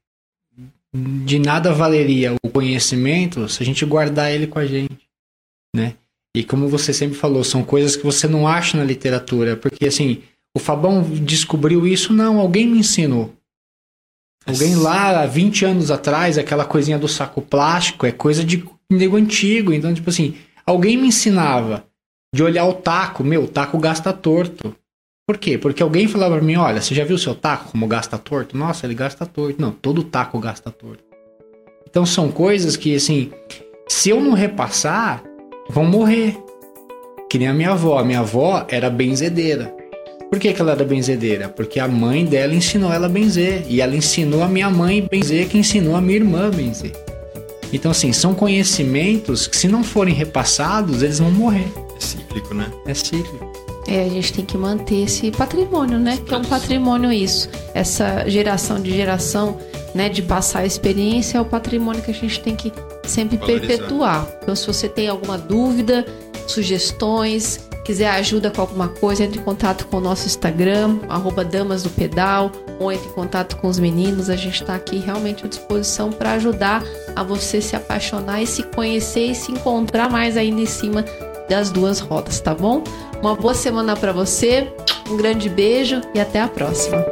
Speaker 4: de nada valeria o conhecimento se a gente guardar ele com a gente, né? E como você sempre falou, são coisas que você não acha na literatura, porque assim, o Fabão descobriu isso? Não, alguém me ensinou. Alguém lá, há 20 anos atrás, aquela coisinha do saco plástico, é coisa de nego antigo. Então, tipo assim, alguém me ensinava de olhar o taco. Meu, o taco gasta torto. Por quê? Porque alguém falava pra mim, olha, você já viu o seu taco como gasta torto? Nossa, ele gasta torto. Não, todo taco gasta torto. Então são coisas que, assim, se eu não repassar, vão morrer. Que nem a minha avó. A minha avó era benzedeira. Por que ela era benzedeira? Porque a mãe dela ensinou ela a benzer. E ela ensinou a minha mãe a benzer, que ensinou a minha irmã a benzer. Então, assim, são conhecimentos que, se não forem repassados, eles vão morrer.
Speaker 5: É cíclico, né?
Speaker 4: É cíclico.
Speaker 2: A gente tem que manter esse patrimônio, né? Que é um patrimônio isso. Essa geração de geração, né? De passar a experiência é o patrimônio que a gente tem que sempre perpetuar. Então, se você tem alguma dúvida, sugestões, quiser ajuda com alguma coisa, entre em contato com o nosso Instagram, @damasdopedal, ou entre em contato com os meninos. A gente está aqui realmente à disposição para ajudar a você se apaixonar e se conhecer e se encontrar mais ainda em cima das duas rodas, tá bom? Uma boa semana para você, um grande beijo e até a próxima.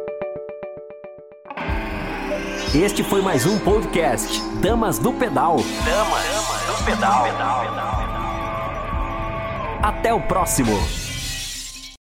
Speaker 6: Este foi mais um podcast Damas do Pedal. Damas do Pedal. Até o próximo.